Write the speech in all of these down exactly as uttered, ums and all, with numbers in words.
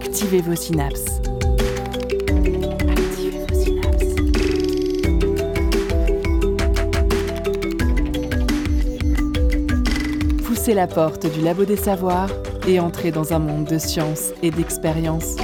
Activez vos synapses. Activez vos synapses. Poussez la porte du Labo des Savoirs et entrez dans un monde de science et d'expérience.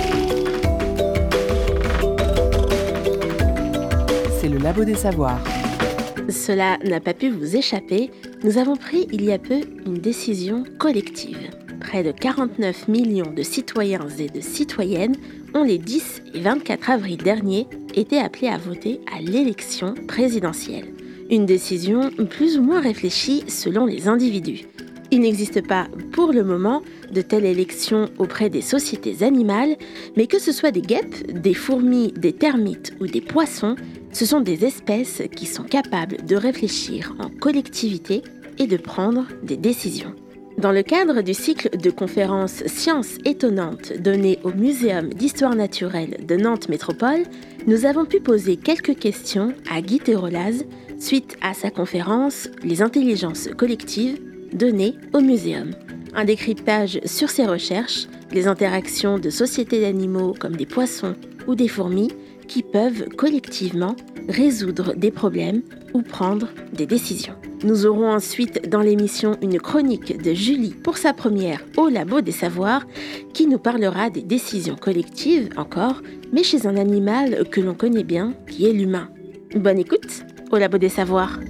C'est le Labo des Savoirs. Cela n'a pas pu vous échapper, nous avons pris il y a peu une décision collective. Près de quarante-neuf millions de citoyens et de citoyennes ont les dix et vingt-quatre avril dernier été appelés à voter à l'élection présidentielle. Une décision plus ou moins réfléchie selon les individus. Il n'existe pas, pour le moment, de telles élections auprès des sociétés animales, mais que ce soit des guêpes, des fourmis, des termites ou des poissons, ce sont des espèces qui sont capables de réfléchir en collectivité et de prendre des décisions. Dans le cadre du cycle de conférences Sciences étonnantes donné au Muséum d'histoire naturelle de Nantes Métropole, nous avons pu poser quelques questions à Guy Terolaz suite à sa conférence Les intelligences collectives donnée au Muséum. Un décryptage sur ses recherches, les interactions de sociétés d'animaux comme des poissons ou des fourmis qui peuvent collectivement résoudre des problèmes ou prendre des décisions. Nous aurons ensuite dans l'émission une chronique de Julie pour sa première au Labo des Savoirs qui nous parlera des décisions collectives encore, mais chez un animal que l'on connaît bien, qui est l'humain. Bonne écoute au Labo des Savoirs.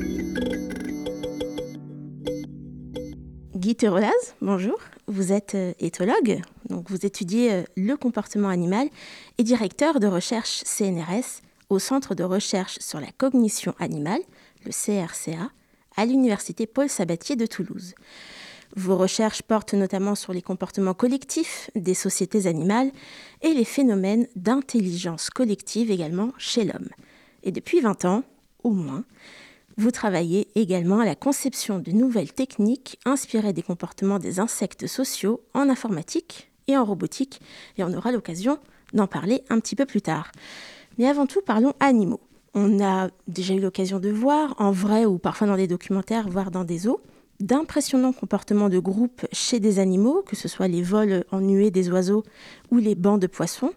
Guy Terolaz, bonjour. Vous êtes éthologue, donc vous étudiez le comportement animal et directeur de recherche C N R S au Centre de recherche sur la cognition animale, le C R C A, à l'Université Paul Sabatier de Toulouse. Vos recherches portent notamment sur les comportements collectifs des sociétés animales et les phénomènes d'intelligence collective également chez l'homme. Et depuis vingt ans, au moins, vous travaillez également à la conception de nouvelles techniques inspirées des comportements des insectes sociaux en informatique et en robotique, et on aura l'occasion d'en parler un petit peu plus tard. Mais avant tout, parlons animaux. On a déjà eu l'occasion de voir, en vrai ou parfois dans des documentaires, voire dans des zoos, d'impressionnants comportements de groupe chez des animaux, que ce soit les vols en nuée des oiseaux ou les bancs de poissons.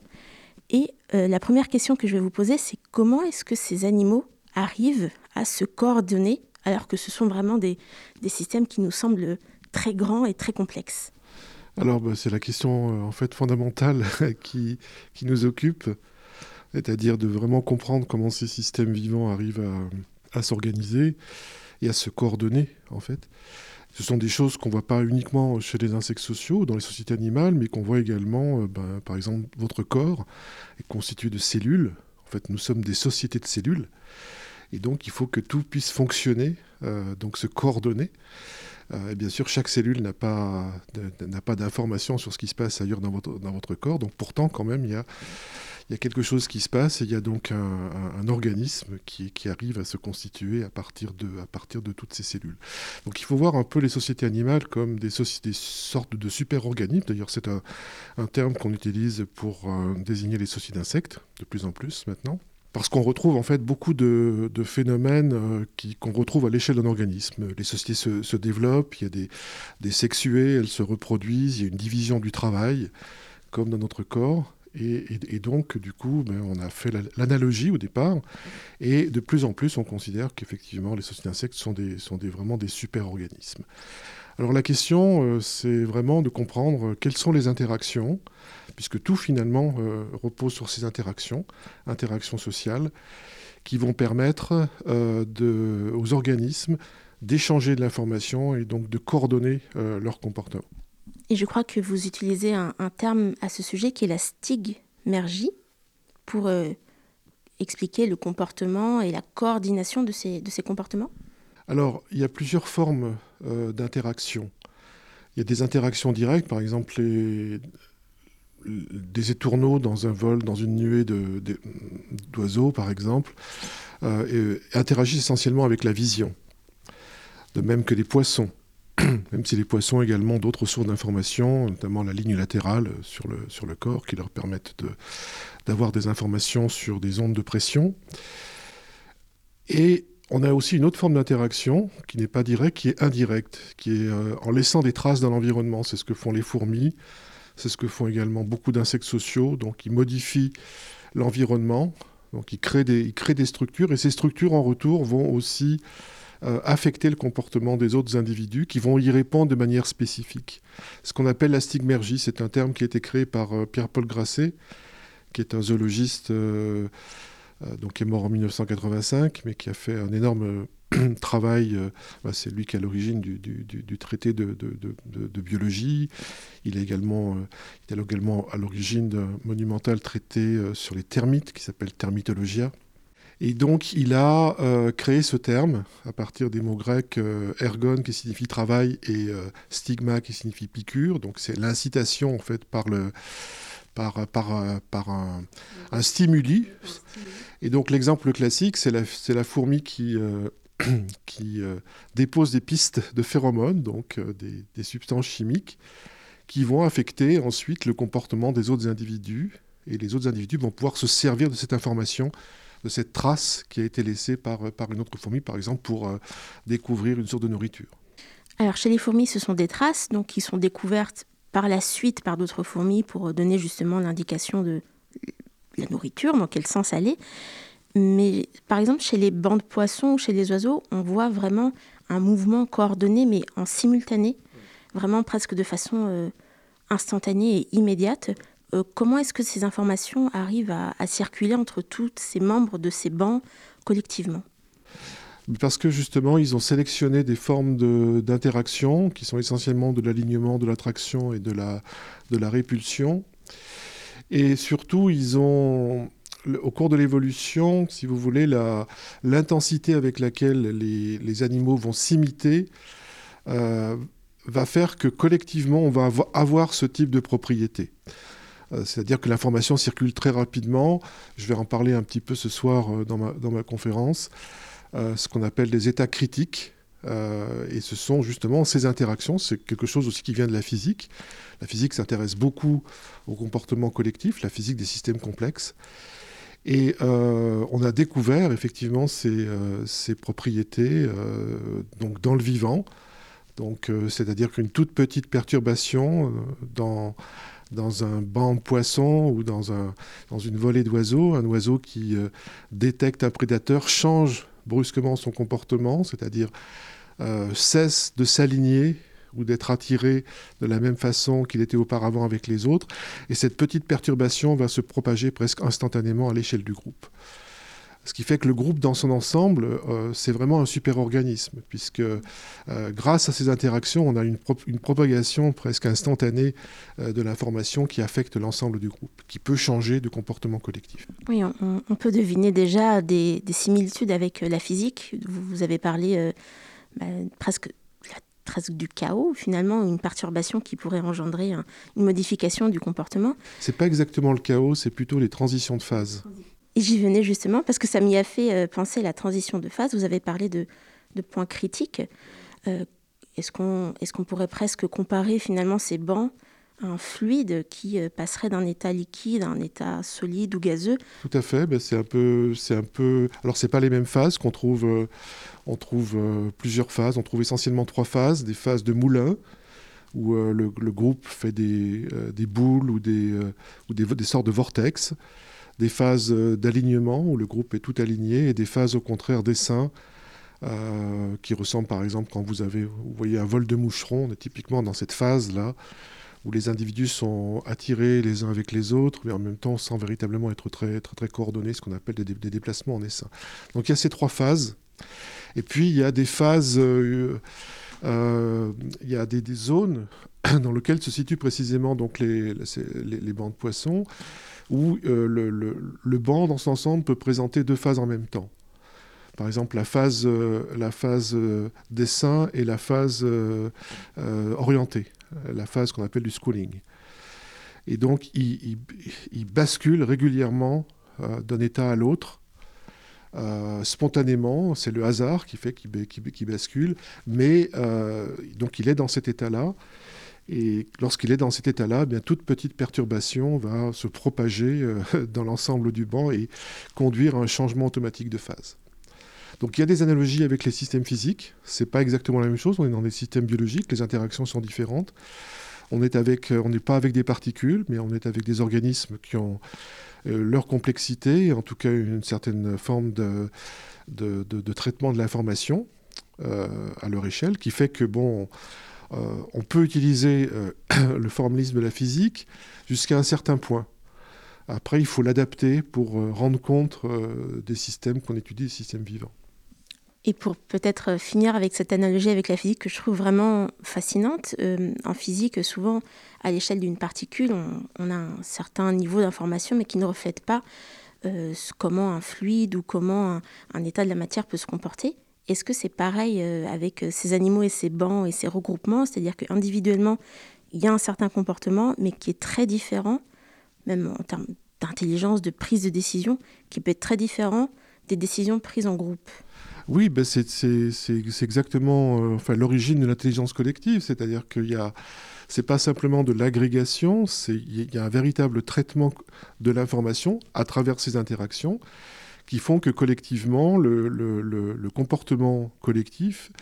Et euh, la première question que je vais vous poser, c'est comment est-ce que ces animaux arrivent à se coordonner alors que ce sont vraiment des, des systèmes qui nous semblent très grands et très complexes? Alors bah, c'est la question euh, en fait fondamentale qui, qui nous occupe, c'est-à-dire de vraiment comprendre comment ces systèmes vivants arrivent à, à s'organiser et à se coordonner en fait. Ce sont des choses qu'on ne voit pas uniquement chez les insectes sociaux, dans les sociétés animales, mais qu'on voit également, euh, bah, par exemple, votre corps est constitué de cellules. En fait, nous sommes des sociétés de cellules. Et donc, il faut que tout puisse fonctionner, euh, donc se coordonner. Euh, et bien sûr, chaque cellule n'a pas, de, n'a pas d'informations sur ce qui se passe ailleurs dans votre, dans votre corps. Donc, pourtant, quand même, il y a, il y a quelque chose qui se passe et il y a donc un, un, un organisme qui, qui arrive à se constituer à partir, de, à partir de toutes ces cellules. Donc, il faut voir un peu les sociétés animales comme des, soci- des sortes de super-organismes. D'ailleurs, c'est un, un terme qu'on utilise pour euh, désigner les sociétés d'insectes, de plus en plus maintenant. Parce qu'on retrouve en fait beaucoup de, de phénomènes euh, qui, qu'on retrouve à l'échelle d'un organisme. Les sociétés se, se développent, il y a des, des sexuées, elles se reproduisent, il y a une division du travail, comme dans notre corps. Et, et, et donc, du coup, ben, on a fait la, l'analogie au départ. Et de plus en plus, on considère qu'effectivement, les sociétés d'insectes sont, des, sont des, vraiment des super-organismes. Alors la question, euh, c'est vraiment de comprendre quelles sont les interactions, puisque tout finalement euh, repose sur ces interactions, interactions sociales, qui vont permettre euh, de, aux organismes d'échanger de l'information et donc de coordonner euh, leur comportement. Et je crois que vous utilisez un, un terme à ce sujet qui est la stigmergie pour euh, expliquer le comportement et la coordination de ces, de ces comportements. Alors, il y a plusieurs formes euh, d'interaction. Il y a des interactions directes, par exemple les, des étourneaux dans un vol, dans une nuée de, de, d'oiseaux, par exemple, euh, et interagissent essentiellement avec la vision. De même que les poissons, même si les poissons ont également d'autres sources d'informations, notamment la ligne latérale sur le, sur le corps, qui leur permettent de, d'avoir des informations sur des ondes de pression. Et on a aussi une autre forme d'interaction qui n'est pas directe, qui est indirecte, qui est euh, en laissant des traces dans l'environnement. C'est ce que font les fourmis, C'est ce que font également beaucoup d'insectes sociaux. Donc ils modifient l'environnement, donc ils créent des, ils créent des structures, et ces structures en retour vont aussi euh, affecter le comportement des autres individus qui vont y répondre de manière spécifique. Ce qu'on appelle la stigmergie, c'est un terme qui a été créé par euh, Pierre-Paul Grasset, qui est un zoologiste euh, euh, donc qui est mort en mille neuf cent quatre-vingt-cinq, mais qui a fait un énorme euh, travail. Euh, bah, c'est lui qui est à l'origine du, du, du, du traité de, de, de, de, de biologie. Il est également, euh, il est également à l'origine d'un monumental traité euh, sur les termites qui s'appelle Termitologia. Et donc, il a euh, créé ce terme à partir des mots grecs euh, ergon qui signifie travail et euh, stigma qui signifie piqûre. Donc, c'est l'incitation en fait par le par par par un, un stimuli. Et donc, l'exemple classique, c'est la c'est la fourmi qui euh, qui euh, dépose des pistes de phéromones, donc euh, des, des substances chimiques, qui vont affecter ensuite le comportement des autres individus. Et les autres individus vont pouvoir se servir de cette information, de cette trace qui a été laissée par, par une autre fourmi, par exemple, pour euh, découvrir une source de nourriture. Alors, chez les fourmis, ce sont des traces donc, qui sont découvertes par la suite par d'autres fourmis pour donner justement l'indication de la nourriture, dans quel sens aller. Mais par exemple, chez les bancs de poissons ou chez les oiseaux, on voit vraiment un mouvement coordonné, mais en simultané, vraiment presque de façon euh, instantanée et immédiate. Euh, comment est-ce que ces informations arrivent à, à circuler entre tous ces membres de ces bancs collectivement ? Parce que justement, ils ont sélectionné des formes de, d'interaction qui sont essentiellement de l'alignement, de l'attraction et de la, de la répulsion. Et surtout, ils ont, au cours de l'évolution, si vous voulez, la, l'intensité avec laquelle les, les animaux vont s'imiter euh, va faire que collectivement, on va avoir ce type de propriété. C'est-à-dire que l'information circule très rapidement. Je vais en parler un petit peu ce soir dans ma, dans ma conférence. Euh, ce qu'on appelle des états critiques. Euh, et ce sont justement ces interactions. C'est quelque chose aussi qui vient de la physique. La physique s'intéresse beaucoup au comportement collectif, la physique des systèmes complexes. Et euh, on a découvert effectivement ces, euh, ces propriétés euh, donc dans le vivant. Donc, euh, c'est-à-dire qu'une toute petite perturbation euh, dans... dans un banc de poissons ou dans, un, dans une volée d'oiseaux, un oiseau qui euh, détecte un prédateur change brusquement son comportement, c'est-à-dire euh, cesse de s'aligner ou d'être attiré de la même façon qu'il était auparavant avec les autres. Et cette petite perturbation va se propager presque instantanément à l'échelle du groupe. Ce qui fait que le groupe dans son ensemble, euh, c'est vraiment un super-organisme, puisque euh, grâce à ces interactions, on a une, pro- une propagation presque instantanée euh, de l'information qui affecte l'ensemble du groupe, qui peut changer de comportement collectif. Oui, on, on peut deviner déjà des, des similitudes avec la physique. Vous, vous avez parlé euh, bah, presque, la, presque du chaos, finalement, une perturbation qui pourrait engendrer un, une modification du comportement. C'est pas exactement le chaos, c'est plutôt les transitions de phase. Et j'y venais justement parce que ça m'y a fait euh, penser à la transition de phase. Vous avez parlé de, de points critiques. Euh, est-ce qu'on, est-ce qu'on pourrait presque comparer finalement ces bancs à un fluide qui euh, passerait d'un état liquide à un état solide ou gazeux ? Tout à fait. Ben c'est un peu, c'est un peu. Alors c'est pas les mêmes phases qu'on trouve. Euh, on trouve euh, plusieurs phases. On trouve essentiellement trois phases. Des phases de moulin où euh, le, le groupe fait des, euh, des boules ou des euh, ou des, des sortes de vortex. Des phases d'alignement où le groupe est tout aligné et des phases au contraire d'essaim euh, qui ressemblent par exemple quand vous avez, vous voyez un vol de moucherons, on est typiquement dans cette phase-là où les individus sont attirés les uns avec les autres mais en même temps sans véritablement être très, très, très coordonnés, ce qu'on appelle des, des déplacements en essaim. Donc il y a ces trois phases et puis il y a des phases, euh, euh, il y a des, des zones dans lesquelles se situent précisément donc les, les, les bancs de poissons où euh, le, le, le banc dans son ensemble peut présenter deux phases en même temps. Par exemple, la phase, euh, la phase euh, d'essaim et la phase euh, euh, orientée, la phase qu'on appelle du schooling. Et donc, il, il, il bascule régulièrement euh, d'un état à l'autre, euh, spontanément, c'est le hasard qui fait qu'il, qu'il, qu'il bascule, mais euh, donc il est dans cet état-là. Et lorsqu'il est dans cet état-là, eh bien, toute petite perturbation va se propager euh, dans l'ensemble du banc et conduire à un changement automatique de phase. Donc il y a des analogies avec les systèmes physiques. Ce n'est pas exactement la même chose, on est dans des systèmes biologiques, les interactions sont différentes. On est avec, on n'est pas avec des particules, mais on est avec des organismes qui ont euh, leur complexité, en tout cas une certaine forme de, de, de, de traitement de l'information euh, à leur échelle, qui fait que bon, euh, on peut utiliser euh, le formalisme de la physique jusqu'à un certain point. Après, il faut l'adapter pour euh, rendre compte euh, des systèmes qu'on étudie, des systèmes vivants. Et pour peut-être finir avec cette analogie avec la physique que je trouve vraiment fascinante, euh, en physique, souvent, à l'échelle d'une particule, on, on a un certain niveau d'information, mais qui ne reflète pas euh, comment un fluide ou comment un, un état de la matière peut se comporter. Est-ce que c'est pareil euh, avec ces animaux et ces bancs et ces regroupements? C'est-à-dire qu'individuellement, il y a un certain comportement, mais qui est très différent, même en termes d'intelligence, de prise de décision, qui peut être très différent des décisions prises en groupe. Oui, ben c'est, c'est, c'est, c'est exactement euh, enfin, l'origine de l'intelligence collective, c'est-à-dire qu'il y a, c'est pas simplement de l'agrégation, c'est, il y a un véritable traitement de l'information à travers ces interactions qui font que collectivement, le, le, le, le comportement collectif,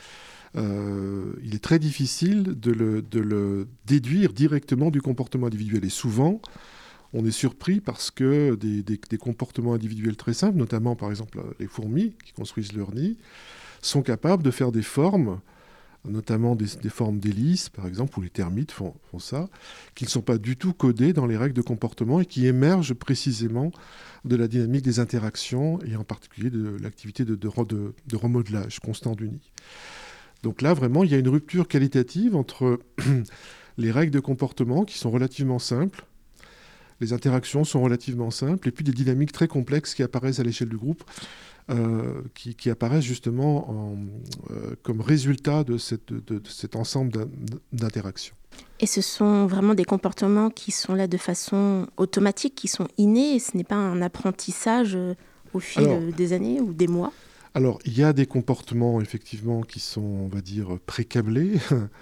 euh, il est très difficile de le, de le déduire directement du comportement individuel. Et souvent, on est surpris parce que des, des, des comportements individuels très simples, notamment par exemple les fourmis qui construisent leur nid, sont capables de faire des formes, notamment des, des formes d'hélices par exemple, où les termites font, font ça, qui ne sont pas du tout codées dans les règles de comportement et qui émergent précisément de la dynamique des interactions et en particulier de l'activité de, de, de, de remodelage constant du nid. Donc là, vraiment, il y a une rupture qualitative entre les règles de comportement qui sont relativement simples, les interactions sont relativement simples, et puis des dynamiques très complexes qui apparaissent à l'échelle du groupe, euh, qui, qui apparaissent justement en, euh, comme résultat de, cette, de, de cet ensemble d'interactions. Et ce sont vraiment des comportements qui sont là de façon automatique, qui sont innés, et ce n'est pas un apprentissage au fil Alors, des années ou des mois? Alors, il y a des comportements, effectivement, qui sont, on va dire, précablés,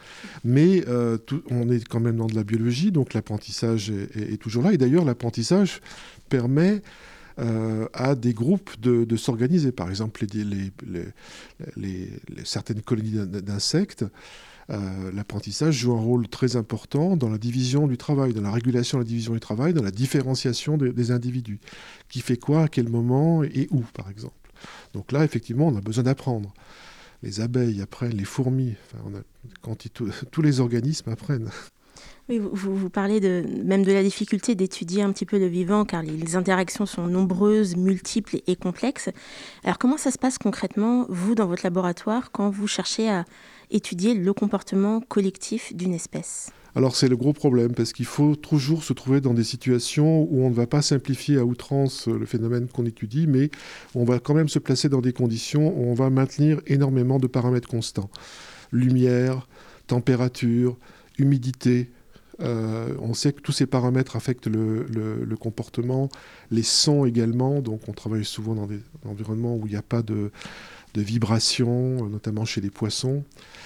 mais euh, tout, on est quand même dans de la biologie, donc l'apprentissage est, est, est toujours là. Et d'ailleurs, l'apprentissage permet euh, à des groupes de, de s'organiser. Par exemple, les, les, les, les, les, certaines colonies d'insectes, euh, l'apprentissage joue un rôle très important dans la division du travail, dans la régulation de la division du travail, dans la différenciation de, des individus. Qui fait quoi, à quel moment et où, par exemple. Donc là, effectivement, on a besoin d'apprendre. Les abeilles apprennent, les fourmis, enfin, on a, quand ils, tous les organismes apprennent. Oui, vous, vous parlez de, même de la difficulté d'étudier un petit peu le vivant, car les, les interactions sont nombreuses, multiples et, et complexes. Alors comment ça se passe concrètement, vous, dans votre laboratoire, quand vous cherchez à étudier le comportement collectif d'une espèce ? Alors c'est le gros problème, parce qu'il faut toujours se trouver dans des situations où on ne va pas simplifier à outrance le phénomène qu'on étudie, mais on va quand même se placer dans des conditions où on va maintenir énormément de paramètres constants. Lumière, température, humidité. Euh, on sait que tous ces paramètres affectent le, le, le comportement, les sons également, donc on travaille souvent dans des environnements où il n'y a pas de, de vibration, notamment chez les poissons.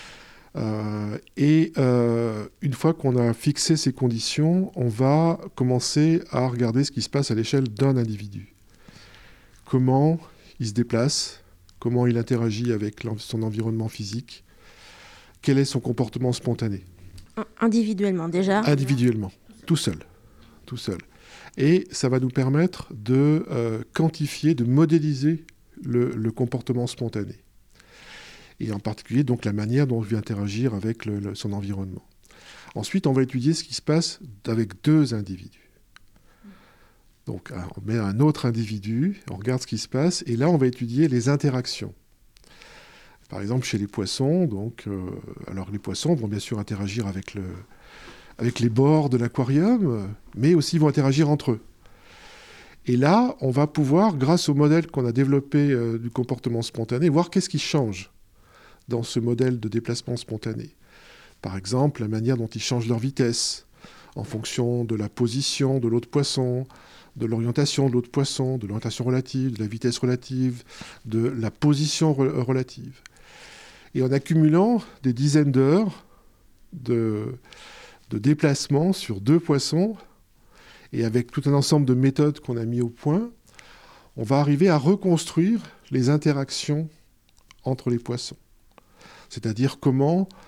Euh, et euh, une fois qu'on a fixé ces conditions, on va commencer à regarder ce qui se passe à l'échelle d'un individu. Comment il se déplace, comment il interagit avec son environnement physique, quel est son comportement spontané. Individuellement déjà ? Individuellement, tout seul, tout seul. Et ça va nous permettre de euh, quantifier, de modéliser le, le comportement spontané. Et en particulier donc la manière dont il va interagir avec le, le, son environnement. Ensuite, on va étudier ce qui se passe avec deux individus. Donc, on met un autre individu, on regarde ce qui se passe, et là, on va étudier les interactions. Par exemple, chez les poissons, donc, euh, alors les poissons vont bien sûr interagir avec, le, avec les bords de l'aquarium, mais aussi vont interagir entre eux. Et là, on va pouvoir, grâce au modèle qu'on a développé euh, du comportement spontané, voir qu'est-ce qui change dans ce modèle de déplacement spontané. Par exemple, la manière dont ils changent leur vitesse en fonction de la position de l'autre poisson, de l'orientation de l'autre poisson, de l'orientation relative, de la vitesse relative, de la position re- relative. Et en accumulant des dizaines d'heures de, de déplacement sur deux poissons, et avec tout un ensemble de méthodes qu'on a mis au point, on va arriver à reconstruire les interactions entre les poissons. C'est-à-dire comment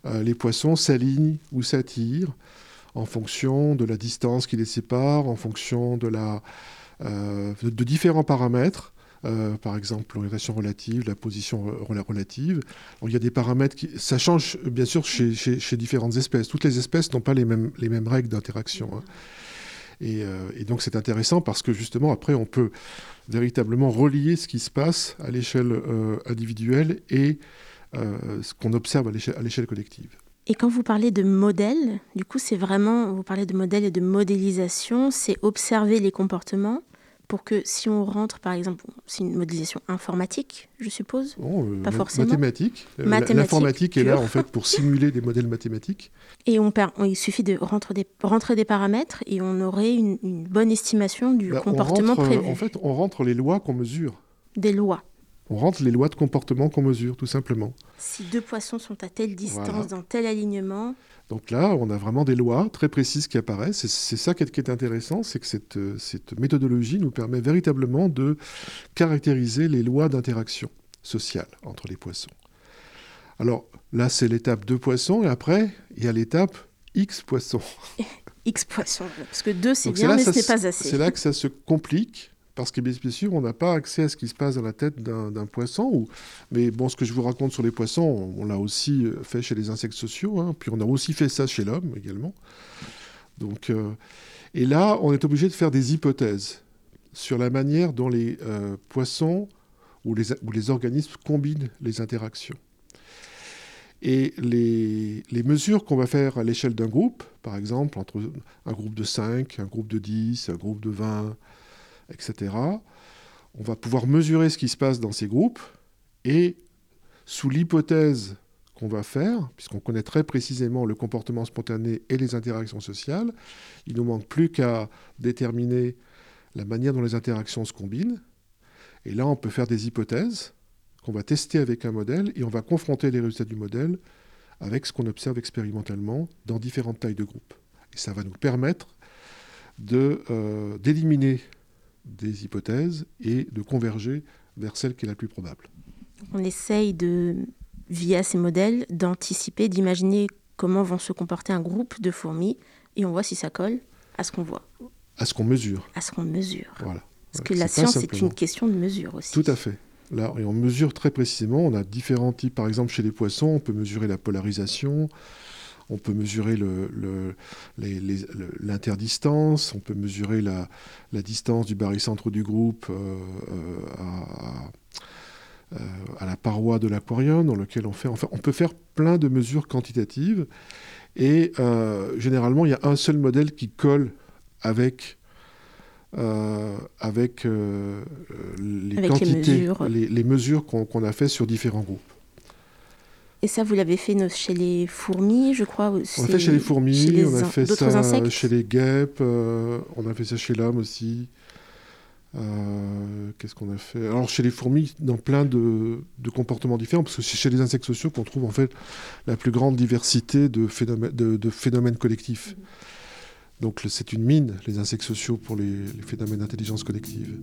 euh, les poissons s'alignent ou s'attirent en fonction de la distance qui les sépare, en fonction de, la, euh, de, de différents paramètres. Euh, par exemple, l'orientation relative, la position re- relative. Alors, il y a des paramètres qui... Ça change, bien sûr, chez, chez, chez différentes espèces. Toutes les espèces n'ont pas les mêmes, les mêmes règles d'interaction. Hein. Et, euh, et donc, c'est intéressant parce que, justement, après, on peut véritablement relier ce qui se passe à l'échelle euh, individuelle et euh, ce qu'on observe à l'échelle, à l'échelle collective. Et quand vous parlez de modèle, du coup, c'est vraiment... Vous parlez de modèle et de modélisation, c'est observer les comportements pour que si on rentre, par exemple, c'est une modélisation informatique, je suppose, oh, euh, pas forcément. Mathématique. Mathématique. L'informatique est là, en fait, pour simuler des modèles mathématiques. Et on per... il suffit de rentrer des, rentrer des paramètres et on aurait une, une bonne estimation du bah, comportement on rentre, prévu. En fait, on rentre les lois qu'on mesure. Des lois. On rentre les lois de comportement qu'on mesure, tout simplement. Si deux poissons sont à telle distance, Voilà. dans tel alignement... Donc là, on a vraiment des lois très précises qui apparaissent. C'est, c'est ça qui est, qui est intéressant, c'est que cette, cette méthodologie nous permet véritablement de caractériser les lois d'interaction sociale entre les poissons. Alors là, c'est l'étape deux poissons, et après, il y a l'étape X poissons. X poissons, parce que deux, c'est Donc bien, là, mais ça, ce n'est pas assez. C'est là que ça se complique. Parce que bien sûr, on n'a pas accès à ce qui se passe dans la tête d'un, d'un poisson. Ou... Mais bon, ce que je vous raconte sur les poissons, on, on l'a aussi fait chez les insectes sociaux. Hein, puis on a aussi fait ça chez l'homme également. Donc, euh... Et là, on est obligé de faire des hypothèses sur la manière dont les euh, poissons ou les, ou les organismes combinent les interactions. Et les, les mesures qu'on va faire à l'échelle d'un groupe, par exemple, entre un groupe de cinq, un groupe de dix, un groupe de vingt... et cetera. On va pouvoir mesurer ce qui se passe dans ces groupes et, sous l'hypothèse qu'on va faire, puisqu'on connaît très précisément le comportement spontané et les interactions sociales, il ne nous manque plus qu'à déterminer la manière dont les interactions se combinent. Et là, on peut faire des hypothèses qu'on va tester avec un modèle et on va confronter les résultats du modèle avec ce qu'on observe expérimentalement dans différentes tailles de groupes. Et ça va nous permettre de, euh, d'éliminer des hypothèses et de converger vers celle qui est la plus probable. On essaye, de, via ces modèles, d'anticiper, d'imaginer comment vont se comporter un groupe de fourmis et on voit si ça colle à ce qu'on voit. À ce qu'on mesure. À ce qu'on mesure. Voilà. Parce voilà. que la c'est science est une question de mesure aussi. Tout à fait. Là, et on mesure très précisément, on a différents types. Par exemple, chez les poissons, on peut mesurer la polarisation, on peut mesurer le, le, les, les, le, l'interdistance, on peut mesurer la, la distance du barycentre du groupe euh, à, à, à la paroi de l'aquarium dans lequel on fait... Enfin, on peut faire plein de mesures quantitatives et euh, généralement, il y a un seul modèle qui colle avec... Euh, avec euh, les avec quantités, les mesures, les, les mesures qu'on, qu'on a fait sur différents groupes. Et ça, vous l'avez fait chez les fourmis, je crois. On l'a fait chez les fourmis, chez les on a fait ça insectes. Chez les guêpes, euh, on a fait ça chez l'homme aussi. Euh, qu'est-ce qu'on a fait? Alors chez les fourmis, dans plein de, de comportements différents, parce que c'est chez les insectes sociaux qu'on trouve en fait la plus grande diversité de phénomènes, de, de phénomènes collectifs. Mmh. Donc c'est une mine, les insectes sociaux, pour les, les phénomènes d'intelligence collective.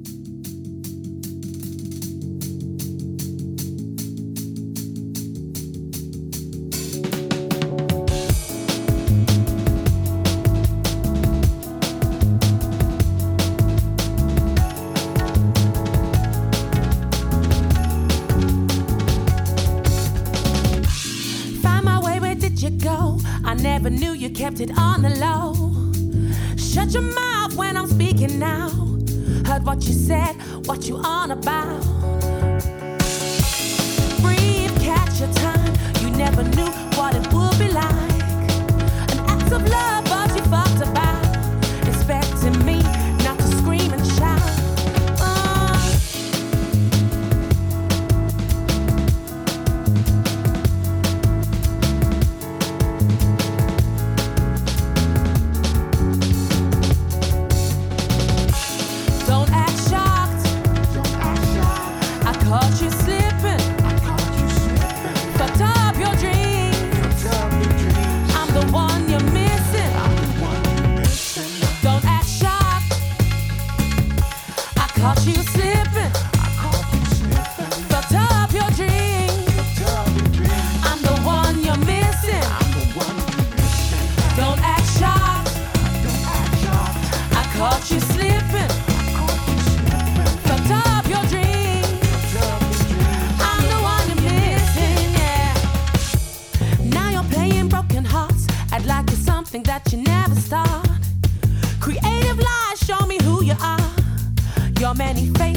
Find my way, where did you go? I never knew you kept it on the low. Shut your mouth when I'm speaking now. Heard what you said, what you on about. Breathe, catch your time. You never knew what it would be like. An act of love, but you fucked about. Expecting me not to scream and shout. Oh. Don't act shocked. Don't act shocked. I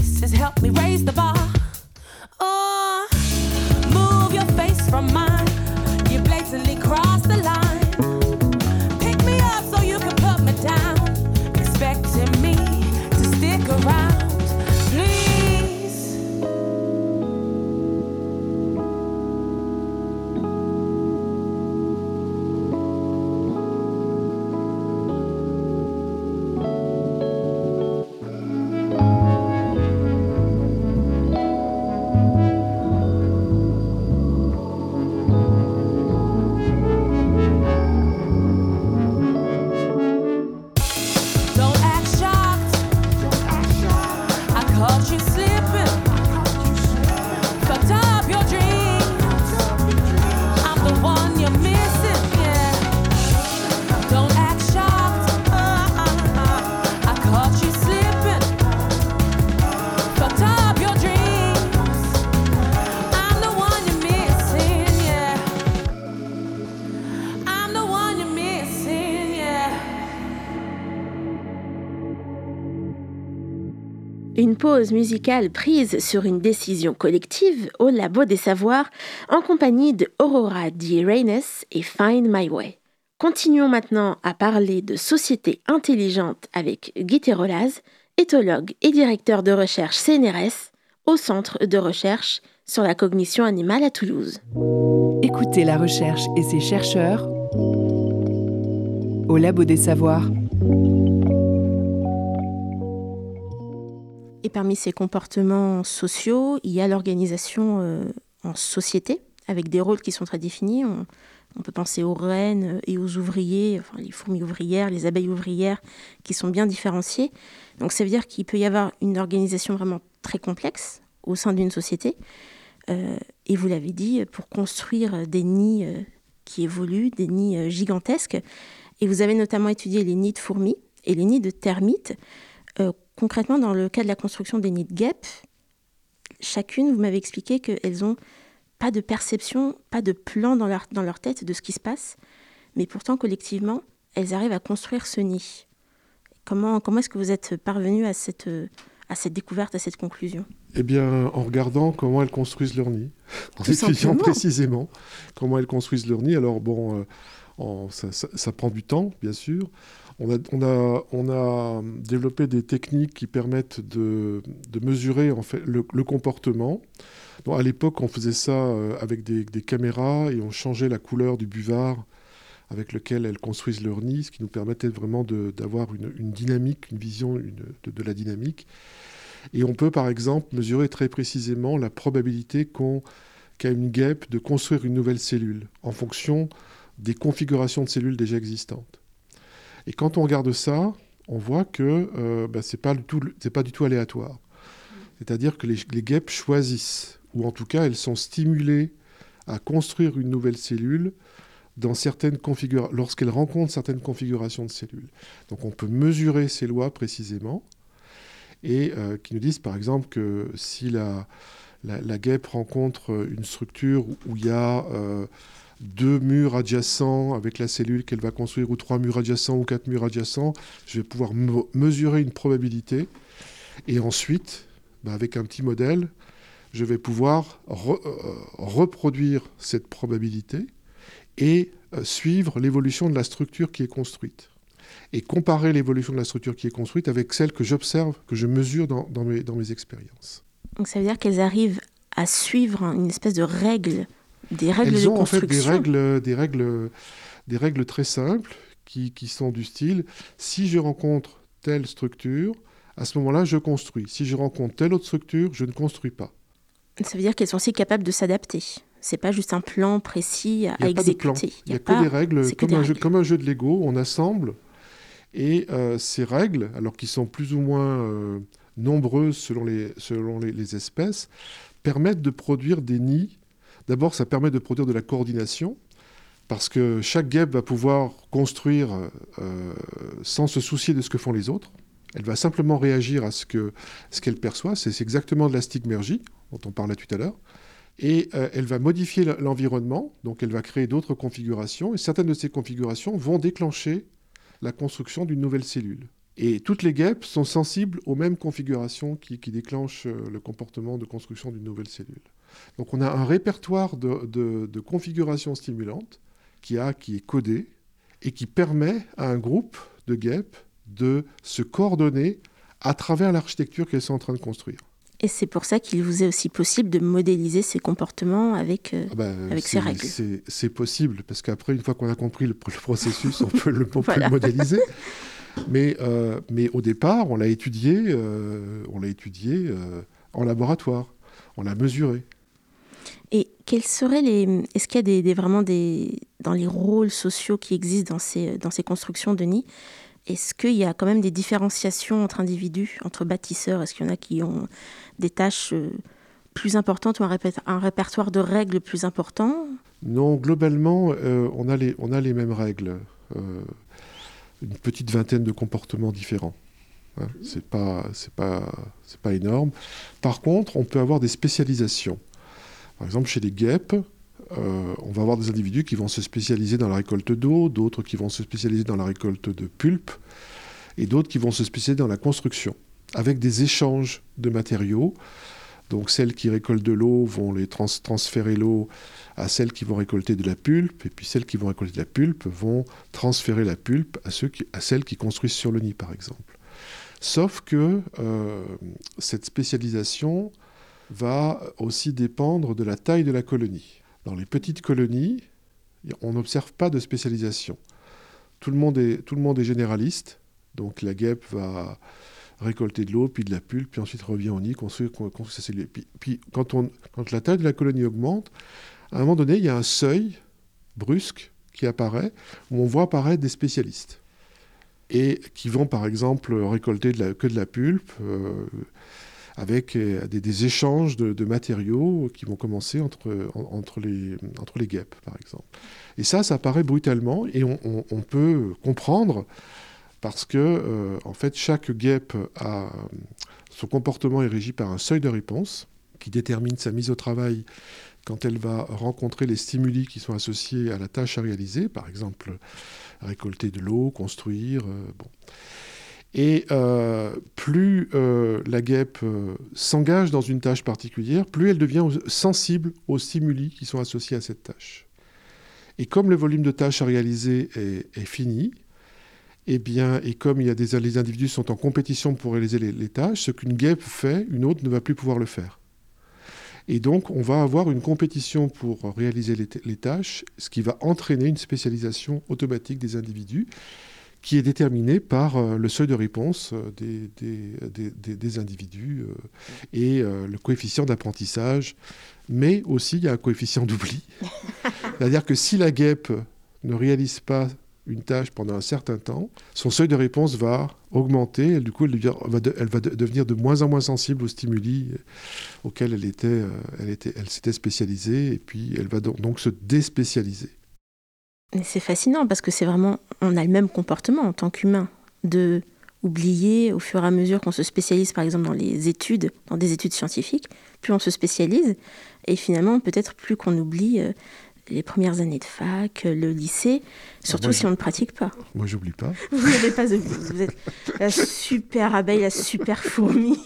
kisses help me raise the bar. Oh, move your face from mine. You blatantly cross the line. Pick me up so you can put me down. Expecting me to stick around, please. Don't act shocked. I caught you slipping. Fucked up your dreams. I'm the one you're missing, yeah. Don't act shocked. I caught you slipping. Fucked up your dreams. I'm the one you're missing, yeah. I'm the one you're missing, yeah. Une pause musicale prise sur une décision collective au Labo des Savoirs en compagnie de Aurora Di Reynes et Find My Way. Continuons maintenant à parler de société intelligente avec Guy Terolaz, éthologue et directeur de recherche C N R S au Centre de recherche sur la cognition animale à Toulouse. Écoutez la recherche et ses chercheurs au Labo des Savoirs. Et parmi ces comportements sociaux, il y a l'organisation euh, en société, avec des rôles qui sont très définis. On, on peut penser aux reines et aux ouvriers, enfin les fourmis ouvrières, les abeilles ouvrières, qui sont bien différenciées. Donc ça veut dire qu'il peut y avoir une organisation vraiment très complexe au sein d'une société. Euh, et vous l'avez dit, pour construire des nids euh, qui évoluent, des nids euh, gigantesques. Et vous avez notamment étudié les nids de fourmis et les nids de termites. Euh, concrètement, dans le cas de la construction des nids de guêpes, chacune, vous m'avez expliqué qu'elles n'ont pas de perception, pas de plan dans leur, dans leur tête de ce qui se passe, mais pourtant, collectivement, elles arrivent à construire ce nid. Comment, comment est-ce que vous êtes parvenu à cette, à cette découverte, à cette conclusion ? Eh bien, en regardant comment elles construisent leur nid, en Tout étudiant simplement. précisément comment elles construisent leur nid. Alors bon, euh, en- ça, ça- ça prend du temps, bien sûr. On a, on a, on a développé des techniques qui permettent de, de mesurer en fait, le, le comportement. Bon, à l'époque, on faisait ça euh, avec des, des caméras et on changeait la couleur du buvard avec lequel elles construisent leur nid, ce qui nous permettait vraiment de- d'avoir une, une dynamique, une vision une- de, de la dynamique. Et on peut, par exemple, mesurer très précisément la probabilité qu'ont- qu'a une guêpe de construire une nouvelle cellule en fonction des configurations de cellules déjà existantes. Et quand on regarde ça, on voit que euh, bah, ce n'est pas, du tout- c'est pas du tout aléatoire. C'est-à-dire que les, les guêpes choisissent, ou en tout cas, elles sont stimulées à construire une nouvelle cellule dans certaines configura- lorsqu'elles rencontrent certaines configurations de cellules. Donc on peut mesurer ces lois précisément, et euh, qui nous disent par exemple que si la, la, la guêpe rencontre une structure où il y a euh, deux murs adjacents avec la cellule qu'elle va construire, ou trois murs adjacents, ou quatre murs adjacents, je vais pouvoir me- mesurer une probabilité, et ensuite, bah, avec un petit modèle, je vais pouvoir re- euh, reproduire cette probabilité et euh, suivre l'évolution de la structure qui est construite. Et comparer l'évolution de la structure qui est construite avec celle que j'observe, que je mesure dans, dans, mes, dans mes expériences. Donc ça veut dire qu'elles arrivent à suivre une espèce de règle, des règles Elles de ont en fait construction. des règles, des règles, des règles très simples qui, qui sont du style, si je rencontre telle structure, à ce moment-là, je construis. Si je rencontre telle autre structure, je ne construis pas. Ça veut dire qu'elles sont aussi capables de s'adapter. C'est pas juste un plan précis à, Il à n'y a pas de plan. exécuter. Il n'y a, pas- que des règles, c'est que comme, des un jeu, règles. comme un jeu de Lego, on assemble. Et euh, ces règles, alors qu'ils sont plus ou moins euh, nombreuses selon, les, selon les, les espèces, permettent de produire des nids. D'abord, ça permet de produire de la coordination, parce que chaque guêpe va pouvoir construire euh, sans se soucier de ce que font les autres. Elle va simplement réagir à ce, que, ce qu'elle perçoit. C'est, c'est exactement de la stigmergie, dont on parlait tout à l'heure. Et euh, elle va modifier l'environnement, donc elle va créer d'autres configurations, et certaines de ces configurations vont déclencher la construction d'une nouvelle cellule. Et toutes les guêpes sont sensibles aux mêmes configurations qui, qui déclenchent le comportement de construction d'une nouvelle cellule. Donc on a un répertoire de, de, de configurations stimulantes qui, a, qui est codé et qui permet à un groupe de guêpes de se coordonner à travers l'architecture qu'elles sont en train de construire. Et c'est pour ça qu'il vous est aussi possible de modéliser ces comportements avec, euh, ah ben, avec ces règles. C'est, c'est possible, parce qu'après, une fois qu'on a compris le, le processus, on peut le, on voilà. peut le modéliser. Mais, euh, mais au départ, on l'a étudié, euh, on l'a étudié euh, en laboratoire, on l'a mesuré. Et quels seraient les... Est-ce qu'il y a des, des, vraiment des... Dans les rôles sociaux qui existent dans ces, dans ces constructions de nids, est-ce qu'il y a quand même des différenciations entre individus, entre bâtisseurs? Est-ce qu'il y en a qui ont des tâches plus importantes ou un, répé- un répertoire de règles plus important? Non, globalement, euh, on, a les, on a les mêmes règles. Euh, une petite vingtaine de comportements différents. Hein, c'est pas, c'est pas, c'est pas énorme. Par contre, on peut avoir des spécialisations. Par exemple, chez les guêpes, euh, on va avoir des individus qui vont se spécialiser dans la récolte d'eau, d'autres qui vont se spécialiser dans la récolte de pulpe, et d'autres qui vont se spécialiser dans la construction, avec des échanges de matériaux. Donc celles qui récoltent de l'eau vont les trans- transférer l'eau à celles qui vont récolter de la pulpe, et puis celles qui vont récolter de la pulpe vont transférer la pulpe à, ceux qui, à celles qui construisent sur le nid, par exemple. Sauf que euh, cette spécialisation va aussi dépendre de la taille de la colonie. Dans les petites colonies, on n'observe pas de spécialisation. Tout le monde est, tout le monde est généraliste, donc la guêpe va récolter de l'eau, puis de la pulpe, puis ensuite revient au nid, construire, construire sa cellule. Puis, puis quand, on, quand la taille de la colonie augmente, à un moment donné, il y a un seuil brusque qui apparaît, où on voit apparaître des spécialistes, et qui vont par exemple récolter de la, que de la pulpe, euh, avec des, des échanges de, de matériaux qui vont commencer entre, en, entre, les, entre les guêpes, par exemple. Et ça, ça apparaît brutalement, et on, on, on peut comprendre, parce que, euh, en fait, chaque guêpe a... Son comportement est régi par un seuil de réponse, qui détermine sa mise au travail quand elle va rencontrer les stimuli qui sont associés à la tâche à réaliser, par exemple, récolter de l'eau, construire, euh, bon... Et euh, plus euh, la guêpe euh, s'engage dans une tâche particulière, plus elle devient sensible aux stimuli qui sont associés à cette tâche. Et comme le volume de tâches à réaliser est, est fini, eh bien, et comme il y a des, les individus sont en compétition pour réaliser les, les tâches, ce qu'une guêpe fait, une autre ne va plus pouvoir le faire. Et donc, on va avoir une compétition pour réaliser les, les tâches, ce qui va entraîner une spécialisation automatique des individus, qui est déterminé par euh, le seuil de réponse euh, des, des, des, des, des individus euh, et euh, le coefficient d'apprentissage. Mais aussi, il y a un coefficient d'oubli. C'est-à-dire que si la guêpe ne réalise pas une tâche pendant un certain temps, son seuil de réponse va augmenter. Et du coup, elle, devient, va de, elle va de, devenir de moins en moins sensible aux stimuli auxquels elle, était, euh, elle, était, elle s'était spécialisée. Et puis, elle va donc, donc se déspécialiser. Mais c'est fascinant parce que c'est vraiment, on a le même comportement en tant qu'humain, de oublier au fur et à mesure qu'on se spécialise, par exemple dans les études, dans des études scientifiques, plus on se spécialise, et finalement peut-être plus qu'on oublie euh, les premières années de fac, le lycée, surtout ah, moi, si on ne pratique pas. Moi, j'oublie pas. Vous n'avez pas oublié, vous êtes la super abeille, la super fourmi.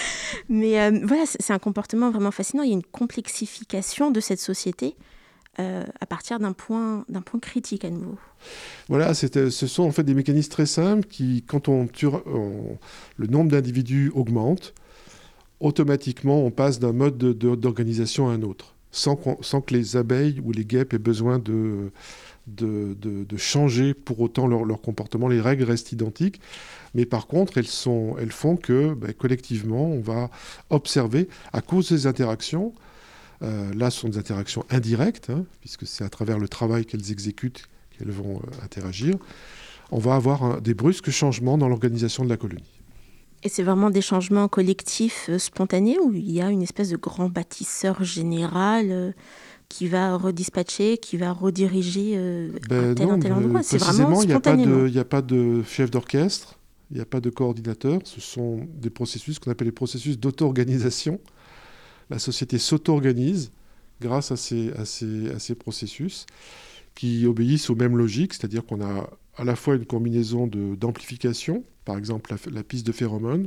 Mais euh, voilà, c'est un comportement vraiment fascinant. Il y a une complexification de cette société Euh, à partir d'un point, d'un point critique à nouveau. Voilà, c'est, ce sont en fait des mécanismes très simples qui, quand on tue, on, le nombre d'individus augmente, automatiquement on passe d'un mode de, de, d'organisation à un autre, sans, sans que les abeilles ou les guêpes aient besoin de, de, de, de changer pour autant leur, leur comportement. Les règles restent identiques, mais par contre elles, sont, elles font que ben, collectivement on va observer, à cause des interactions, Euh, là, ce sont des interactions indirectes, hein, puisque c'est à travers le travail qu'elles exécutent qu'elles vont euh, interagir. On va avoir un, des brusques changements dans l'organisation de la colonie. Et c'est vraiment des changements collectifs euh, spontanés ou il y a une espèce de grand bâtisseur général euh, qui va redispatcher, qui va rediriger euh, ben un tel, non, un tel endroit? C'est précisément, vraiment spontanément. Il n'y a pas de chef d'orchestre, il n'y a pas de coordinateur. Ce sont des processus qu'on appelle les processus d'auto-organisation. La société s'auto-organise grâce à ces, à, ces, à ces processus qui obéissent aux mêmes logiques, c'est-à-dire qu'on a à la fois une combinaison de, d'amplification, par exemple la, la piste de phéromones.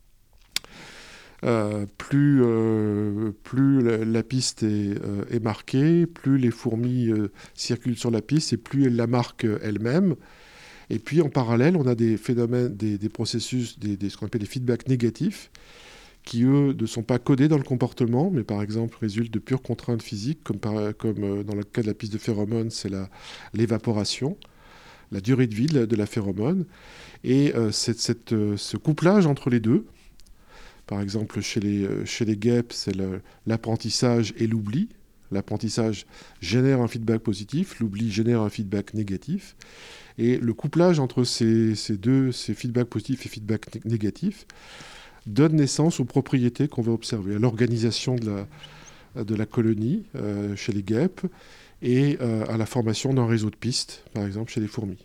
Euh, plus, euh, plus la, la piste est, euh, est marquée, plus les fourmis euh, circulent sur la piste et plus elles la marquent elles-mêmes. Et puis en parallèle, on a des phénomènes, des, des processus, des, des, ce qu'on appelle des feedbacks négatifs, qui eux ne sont pas codés dans le comportement, mais par exemple résultent de pures contraintes physiques, comme, par, comme euh, dans le cas de la piste de phéromones, c'est la, l'évaporation, la durée de vie de la, de la phéromone. Et euh, cette, cette, euh, ce couplage entre les deux, par exemple, chez les, chez les guêpes, c'est le, l'apprentissage et l'oubli. L'apprentissage génère un feedback positif, l'oubli génère un feedback négatif. Et le couplage entre ces, ces deux, ces feedbacks positifs et feedbacks négatifs, donne naissance aux propriétés qu'on va observer, à l'organisation de la, de la colonie euh, chez les guêpes et euh, à la formation d'un réseau de pistes, par exemple chez les fourmis.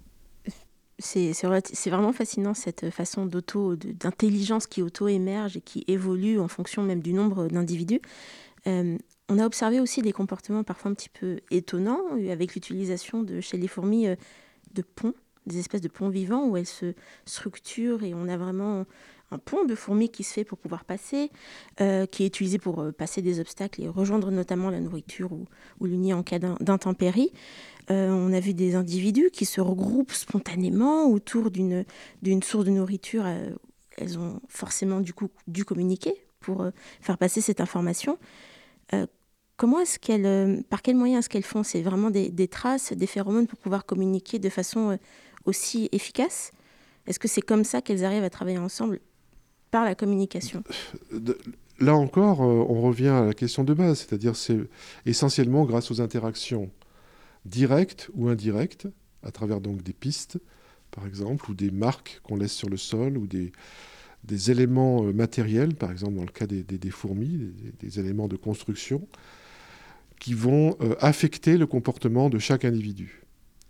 C'est, c'est, c'est vraiment fascinant cette façon d'auto, de, d'intelligence qui auto-émerge et qui évolue en fonction même du nombre d'individus. Euh, on a observé aussi des comportements parfois un petit peu étonnants avec l'utilisation de, chez les fourmis euh, de ponts, des espèces de ponts vivants où elles se structurent et on a vraiment un pont de fourmis qui se fait pour pouvoir passer, euh, qui est utilisé pour euh, passer des obstacles et rejoindre notamment la nourriture ou, ou le nid en cas d'intempérie. Euh, on a vu des individus qui se regroupent spontanément autour d'une, d'une source de nourriture. Euh, elles ont forcément du coup dû communiquer pour euh, faire passer cette information. Euh, comment est-ce qu'elles, euh, par quels moyens est-ce qu'elles font ? C'est vraiment des, des traces, des phéromones pour pouvoir communiquer de façon euh, aussi efficace ? Est-ce que c'est comme ça qu'elles arrivent à travailler ensemble par la communication ? Là encore, euh, on revient à la question de base, c'est-à-dire c'est essentiellement grâce aux interactions directes ou indirectes, à travers donc des pistes, par exemple, ou des marques qu'on laisse sur le sol, ou des, des éléments euh, matériels, par exemple dans le cas des, des, des fourmis, des, des éléments de construction, qui vont euh, affecter le comportement de chaque individu.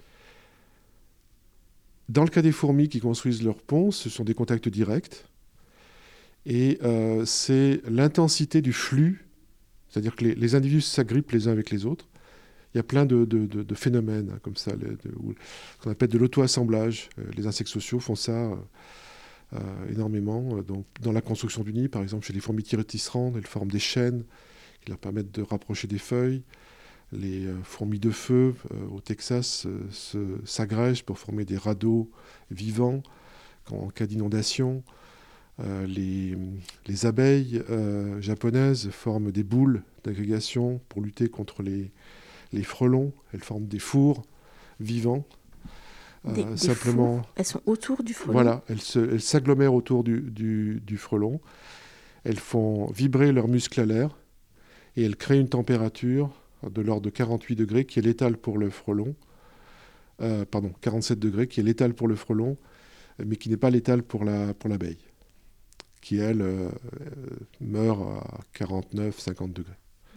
Dans le cas des fourmis qui construisent leurs ponts, ce sont des contacts directs, et euh, c'est l'intensité du flux, c'est-à-dire que les, les individus s'agrippent les uns avec les autres. Il y a plein de, de, de, de phénomènes hein, comme ça, de, de, qu'on appelle de l'auto-assemblage. Euh, les insectes sociaux font ça euh, euh, énormément. Donc, dans la construction du nid, par exemple, chez les fourmis tisserandes, elles forment des chaînes qui leur permettent de rapprocher des feuilles. Les euh, fourmis de feu euh, au Texas euh, se, s'agrègent pour former des radeaux vivants quand, en cas d'inondation. Euh, les, les abeilles euh, japonaises forment des boules d'agrégation pour lutter contre les, les frelons. Elles forment des fours vivants. Des, euh, des simplement, fours. Elles sont autour du frelon. Voilà, elles, se, elles s'agglomèrent autour du, du, du frelon. Elles font vibrer leurs muscles alaires et elles créent une température de l'ordre de quarante-huit degrés qui est létale pour le frelon. Euh, pardon, quarante-sept degrés qui est létale pour le frelon, mais qui n'est pas létale pour, la, pour l'abeille, qui, elle, euh, meurt à quarante-neuf à cinquante degrés.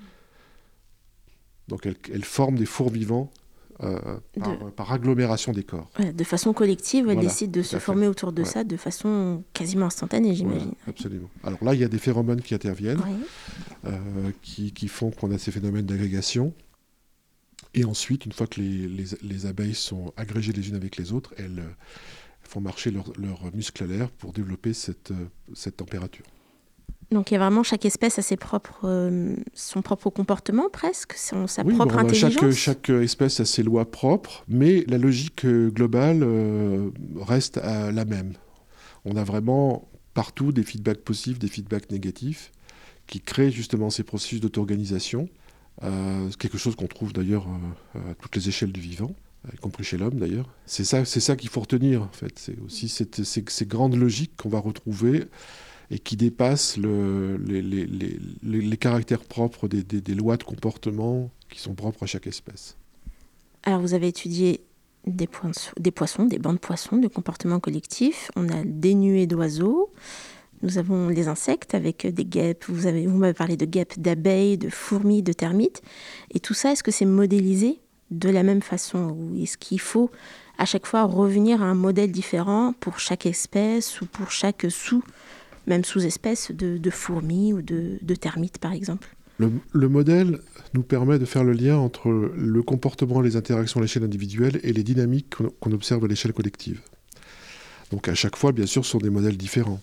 Donc, elle, elle forme des fours vivants euh, par, de... par agglomération des corps. Ouais, de façon collective, elle voilà, décide de se former autour de ouais. ça de façon quasiment instantanée, j'imagine. Voilà, absolument. Alors là, il y a des phéromones qui interviennent, ouais. euh, qui, qui font qu'on a ces phénomènes d'agrégation. Et ensuite, une fois que les, les, les abeilles sont agrégées les unes avec les autres, elles font marcher leurs leur muscles alaires pour développer cette, cette température. Donc il y a vraiment chaque espèce a ses propres, euh, son propre comportement presque, son, sa oui, propre bon, intelligence. Chaque, chaque espèce a ses lois propres, mais la logique globale euh, reste à la même. On a vraiment partout des feedbacks positifs, des feedbacks négatifs, qui créent justement ces processus d'auto-organisation. Euh, c'est quelque chose qu'on trouve d'ailleurs euh, à toutes les échelles du vivant, y compris chez l'homme d'ailleurs. C'est ça, c'est ça qu'il faut retenir en fait. C'est aussi cette, ces, ces grandes logiques qu'on va retrouver et qui dépassent le, les, les, les, les, les caractères propres des, des, des lois de comportement qui sont propres à chaque espèce. Alors vous avez étudié des, poissons, des poissons, des bancs de poissons, de comportement collectif. On a des nuées d'oiseaux. Nous avons les insectes avec des guêpes. Vous, avez, vous m'avez parlé de guêpes, d'abeilles, de fourmis, de termites. Et tout ça, est-ce que c'est modélisé de la même façon ? Ou est-ce qu'il faut à chaque fois revenir à un modèle différent pour chaque espèce ou pour chaque sous, même sous-espèce de, de fourmis ou de, de termites, par exemple ? Le, le modèle nous permet de faire le lien entre le comportement et les interactions à l'échelle individuelle et les dynamiques qu'on, qu'on observe à l'échelle collective. Donc à chaque fois, bien sûr, ce sont des modèles différents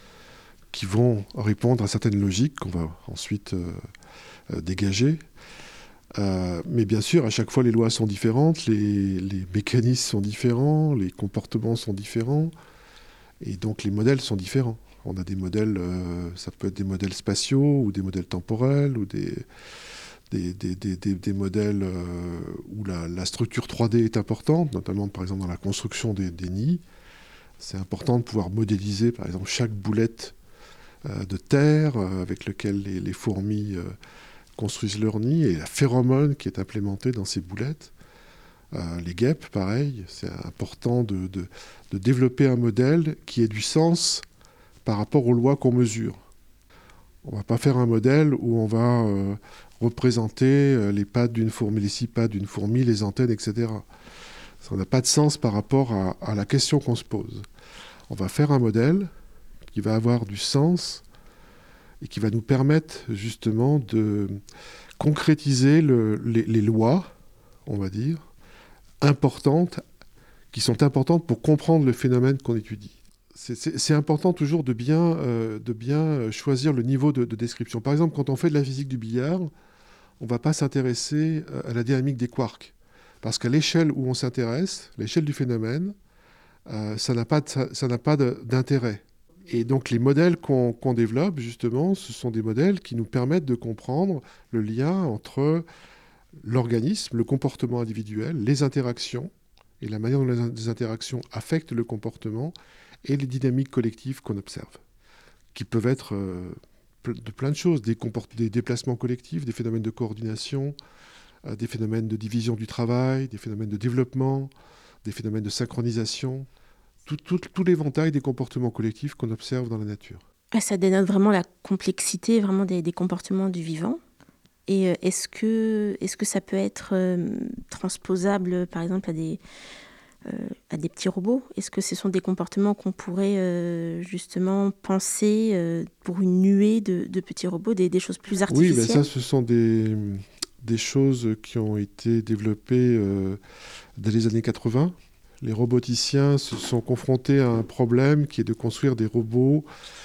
qui vont répondre à certaines logiques qu'on va ensuite euh, euh, dégager. Euh, mais bien sûr, à chaque fois, les lois sont différentes, les, les mécanismes sont différents, les comportements sont différents, et donc les modèles sont différents. On a des modèles, euh, ça peut être des modèles spatiaux, ou des modèles temporels, ou des, des, des, des, des, des modèles euh, où la, la structure trois D est importante, notamment par exemple dans la construction des, des nids. C'est important de pouvoir modéliser, par exemple, chaque boulette euh, de terre euh, avec laquelle les, les fourmis... Euh, construisent leur nid, et la phéromone qui est implémentée dans ces boulettes. Euh, les guêpes, pareil, c'est important de, de, de développer un modèle qui ait du sens par rapport aux lois qu'on mesure. On ne va pas faire un modèle où on va euh, représenter euh, les pattes d'une fourmi, les six pattes d'une fourmi, les antennes, et cetera. Ça n'a pas de sens par rapport à, à la question qu'on se pose. On va faire un modèle qui va avoir du sens et qui va nous permettre justement de concrétiser le, les, les lois, on va dire, importantes, qui sont importantes pour comprendre le phénomène qu'on étudie. C'est, c'est, c'est important toujours de bien, euh, de bien choisir le niveau de, de description. Par exemple, quand on fait de la physique du billard, on ne va pas s'intéresser à la dynamique des quarks, parce qu'à l'échelle où on s'intéresse, l'échelle du phénomène, euh, ça n'a pas, de, ça, ça n'a pas de, d'intérêt. Et donc les modèles qu'on, qu'on développe, justement, ce sont des modèles qui nous permettent de comprendre le lien entre l'organisme, le comportement individuel, les interactions, et la manière dont les interactions affectent le comportement, et les dynamiques collectives qu'on observe, qui peuvent être euh, de plein de choses, des, comport- des déplacements collectifs, des phénomènes de coordination, euh, des phénomènes de division du travail, des phénomènes de développement, des phénomènes de synchronisation. Tout, tout, tout l'éventail des comportements collectifs qu'on observe dans la nature. Ça dénote vraiment la complexité vraiment des, des comportements du vivant. Et est-ce que, est-ce que ça peut être euh, transposable, par exemple, à des, euh, à des petits robots ? Est-ce que ce sont des comportements qu'on pourrait euh, justement penser euh, pour une nuée de, de petits robots, des, des choses plus artificielles ? Oui, ben ça, ce sont des, des choses qui ont été développées euh, dès les années quatre-vingts. Les roboticiens se sont confrontés à un problème qui est de construire des robots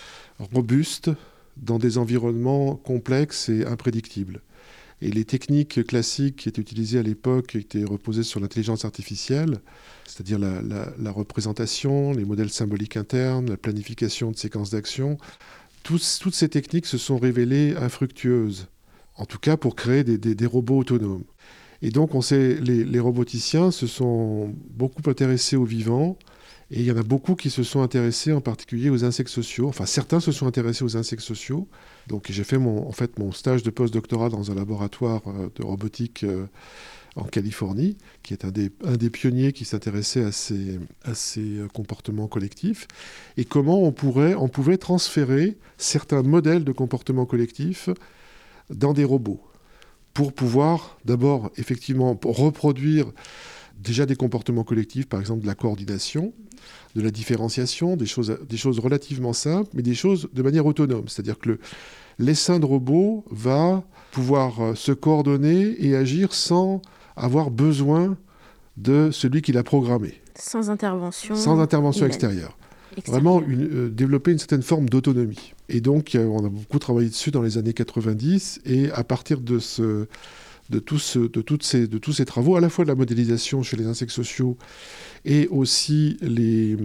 robustes dans des environnements complexes et imprédictibles. Et les techniques classiques qui étaient utilisées à l'époque étaient reposées sur l'intelligence artificielle, c'est-à-dire la, la, la représentation, les modèles symboliques internes, la planification de séquences d'actions. Tous, toutes ces techniques se sont révélées infructueuses, en tout cas pour créer des, des, des robots autonomes. Et donc, on sait, les, les roboticiens se sont beaucoup intéressés aux vivants, et il y en a beaucoup qui se sont intéressés en particulier aux insectes sociaux. Enfin, certains se sont intéressés aux insectes sociaux. Donc, j'ai fait mon, en fait mon stage de post-doctorat dans un laboratoire de robotique euh, en Californie, qui est un des, un des pionniers qui s'intéressait à ces, à ces comportements collectifs, et comment on, pourrait, on pouvait transférer certains modèles de comportements collectifs dans des robots, pour pouvoir d'abord effectivement reproduire déjà des comportements collectifs, par exemple de la coordination, de la différenciation, des choses, des choses relativement simples, mais des choses de manière autonome. C'est-à-dire que le, l'essaim de robot va pouvoir se coordonner et agir sans avoir besoin de celui qui l'a programmé. Sans intervention Sans intervention humaine. extérieure. Extérieur. Vraiment une, euh, développer une certaine forme d'autonomie. Et donc, euh, on a beaucoup travaillé dessus dans les années quatre-vingt-dix, et à partir de, ce, de, tout ce, de, toutes ces, de tous ces travaux, à la fois de la modélisation chez les insectes sociaux, et aussi les,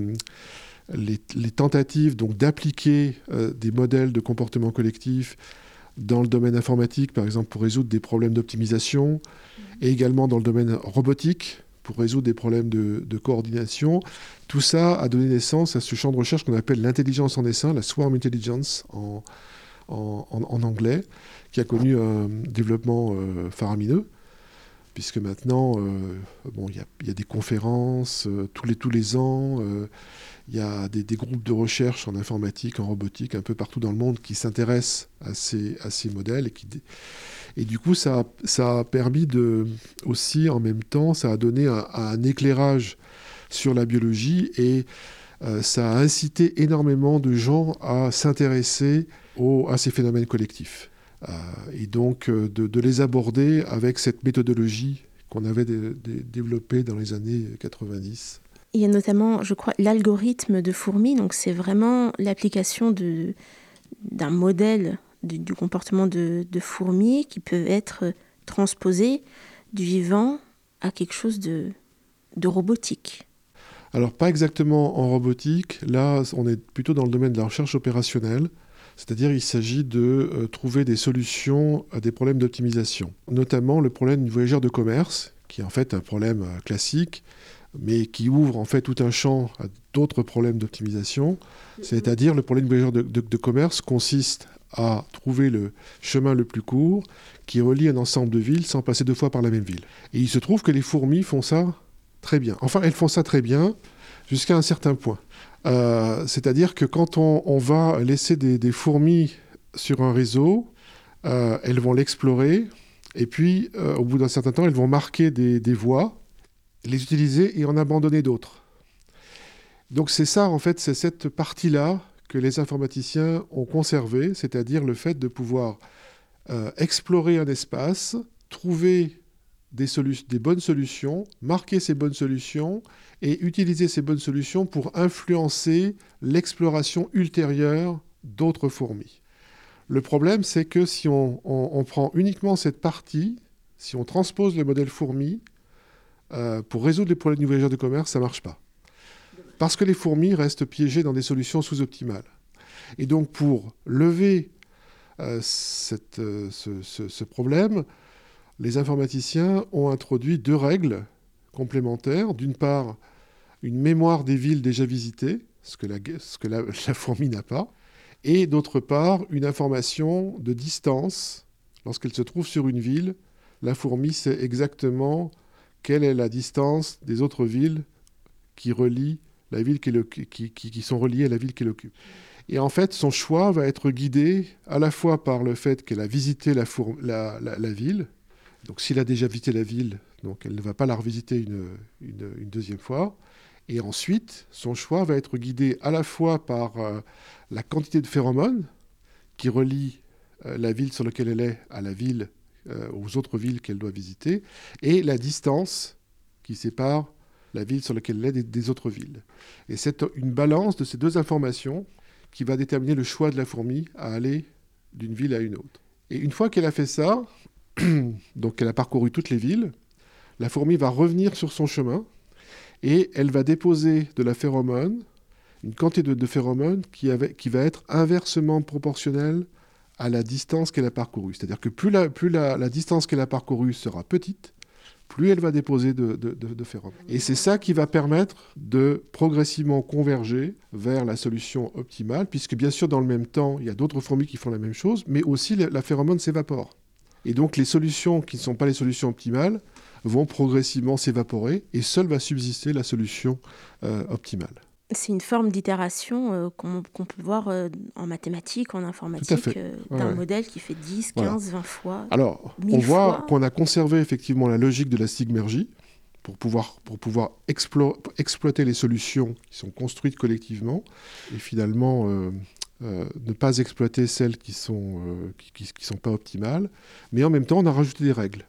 les, les tentatives donc, d'appliquer euh, des modèles de comportement collectif dans le domaine informatique, par exemple, pour résoudre des problèmes d'optimisation, mmh. et également dans le domaine robotique, pour résoudre des problèmes de, de coordination. Tout ça a donné naissance à ce champ de recherche qu'on appelle l'intelligence en essaim, la swarm intelligence en, en, en, en anglais, qui a connu un développement euh, faramineux, puisque maintenant, euh, bon, il y, y a des conférences euh, tous, les, tous les ans, il euh, y a des, des groupes de recherche en informatique, en robotique, un peu partout dans le monde, qui s'intéressent à ces, à ces modèles, et qui... Et du coup, ça, ça a permis de, aussi, en même temps, ça a donné un, un éclairage sur la biologie, et euh, ça a incité énormément de gens à s'intéresser au, à ces phénomènes collectifs. Euh, et donc euh, de, de les aborder avec cette méthodologie qu'on avait dé- dé- développée dans les années quatre-vingt-dix. Il y a notamment, je crois, l'algorithme de fourmi. Donc, c'est vraiment l'application de, d'un modèle du, du comportement de, de fourmis qui peut être transposé du vivant à quelque chose de, de robotique. Alors pas exactement en robotique, là on est plutôt dans le domaine de la recherche opérationnelle, c'est-à-dire il s'agit de euh, trouver des solutions à des problèmes d'optimisation, notamment le problème du voyageur de commerce, qui est en fait un problème euh, classique, mais qui ouvre en fait tout un champ à d'autres problèmes d'optimisation, mm-hmm. C'est-à-dire le problème du voyageur de, de, de commerce consiste à trouver le chemin le plus court qui relie un ensemble de villes sans passer deux fois par la même ville. Et il se trouve que les fourmis font ça très bien. Enfin, elles font ça très bien jusqu'à un certain point. Euh, c'est-à-dire que quand on, on va laisser des, des fourmis sur un réseau, euh, elles vont l'explorer, et puis euh, au bout d'un certain temps, elles vont marquer des, des voies, les utiliser et en abandonner d'autres. Donc c'est ça, en fait, c'est cette partie-là que les informaticiens ont conservée, c'est-à-dire le fait de pouvoir euh, explorer un espace, trouver des, solu- des bonnes solutions, marquer ces bonnes solutions et utiliser ces bonnes solutions pour influencer l'exploration ultérieure d'autres fourmis. Le problème, c'est que si on, on, on prend uniquement cette partie, si on transpose le modèle fourmi, euh, pour résoudre les problèmes du voyageur de commerce, ça ne marche pas. Parce que les fourmis restent piégées dans des solutions sous-optimales. Et donc, pour lever euh, cette, euh, ce, ce, ce problème, les informaticiens ont introduit deux règles complémentaires. D'une part, une mémoire des villes déjà visitées, ce que la, ce que la, la fourmi n'a pas. Et d'autre part, une information de distance. Lorsqu'elle se trouve sur une ville, la fourmi sait exactement quelle est la distance des autres villes qui relient la ville qui, qui, qui, qui sont reliées à la ville qu'elle occupe. Et en fait, son choix va être guidé à la fois par le fait qu'elle a visité la, four, la, la, la ville. Donc s'il a déjà visité la ville, donc elle ne va pas la revisiter une, une, une deuxième fois. Et ensuite, son choix va être guidé à la fois par euh, la quantité de phéromones qui relient euh, la ville sur laquelle elle est à la ville, euh, aux autres villes qu'elle doit visiter, et la distance qui sépare la ville sur laquelle elle est des, des autres villes. Et c'est une balance de ces deux informations qui va déterminer le choix de la fourmi à aller d'une ville à une autre. Et une fois qu'elle a fait ça, donc qu'elle a parcouru toutes les villes, la fourmi va revenir sur son chemin et elle va déposer de la phéromone, une quantité de, de phéromone qui, avait, qui va être inversement proportionnelle à la distance qu'elle a parcourue. C'est-à-dire que plus la, plus la, la distance qu'elle a parcourue sera petite, plus elle va déposer de, de, de, de phéromones. Et c'est ça qui va permettre de progressivement converger vers la solution optimale, puisque bien sûr, dans le même temps, il y a d'autres fourmis qui font la même chose, mais aussi la, la phéromone s'évapore. Et donc, les solutions qui ne sont pas les solutions optimales vont progressivement s'évaporer, et seule va subsister la solution euh, optimale. C'est une forme d'itération euh, qu'on, qu'on peut voir euh, en mathématiques, en informatique, euh, d'un ouais, modèle qui fait dix, quinze, voilà. vingt fois. Alors, on voit fois. qu'on a conservé effectivement la logique de la sigmergie pour pouvoir, pour pouvoir explo- exploiter les solutions qui sont construites collectivement et finalement euh, euh, ne pas exploiter celles qui ne sont, euh, qui, qui, qui sont pas optimales. Mais en même temps, on a rajouté des règles.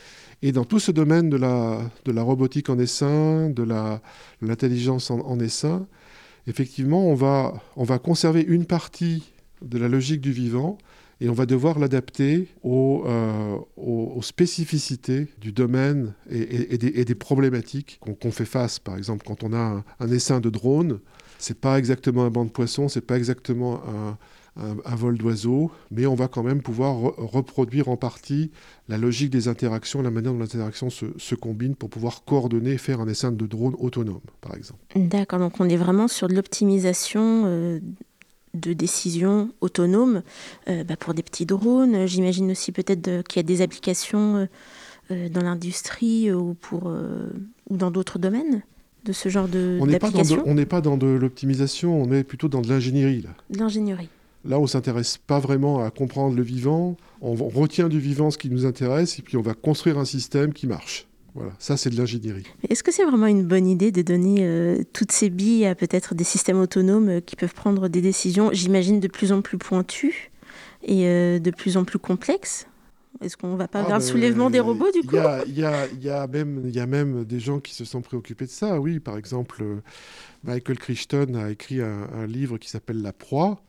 Et dans tout ce domaine de la, de la robotique en essaim, de, la, de l'intelligence en, en essaim, effectivement, on va, on va conserver une partie de la logique du vivant et on va devoir l'adapter aux, euh, aux, aux spécificités du domaine et, et, et, des, et des problématiques qu'on, qu'on fait face. Par exemple, quand on a un, un essaim de drone, ce n'est pas exactement un banc de poissons, ce n'est pas exactement un... Un, un vol d'oiseau, mais on va quand même pouvoir re- reproduire en partie la logique des interactions, la manière dont les interactions se, se combinent pour pouvoir coordonner et faire un essaim de drone autonome, par exemple. D'accord, donc on est vraiment sur de l'optimisation euh, de décisions autonomes euh, bah pour des petits drones. J'imagine aussi peut-être de, qu'il y a des applications euh, dans l'industrie ou, pour, euh, ou dans d'autres domaines de ce genre de, on d'application. On n'est pas dans de l'optimisation, on est plutôt dans de l'ingénierie. Là. De l'ingénierie. Là, on ne s'intéresse pas vraiment à comprendre le vivant. On retient du vivant ce qui nous intéresse et puis on va construire un système qui marche. Voilà, ça, c'est de l'ingénierie. Est-ce que c'est vraiment une bonne idée de donner euh, toutes ces billes à peut-être des systèmes autonomes euh, qui peuvent prendre des décisions, j'imagine, de plus en plus pointues, est euh, de plus en plus complexe ? Est-ce qu'on ne va pas Ah, vers le ben, soulèvement des robots, du Il coup ? y a, il y a- il y a même, il y a même des gens qui se sont préoccupés de ça, oui. Par exemple, euh, Michael Crichton a écrit un, un livre qui s'appelle La Proie,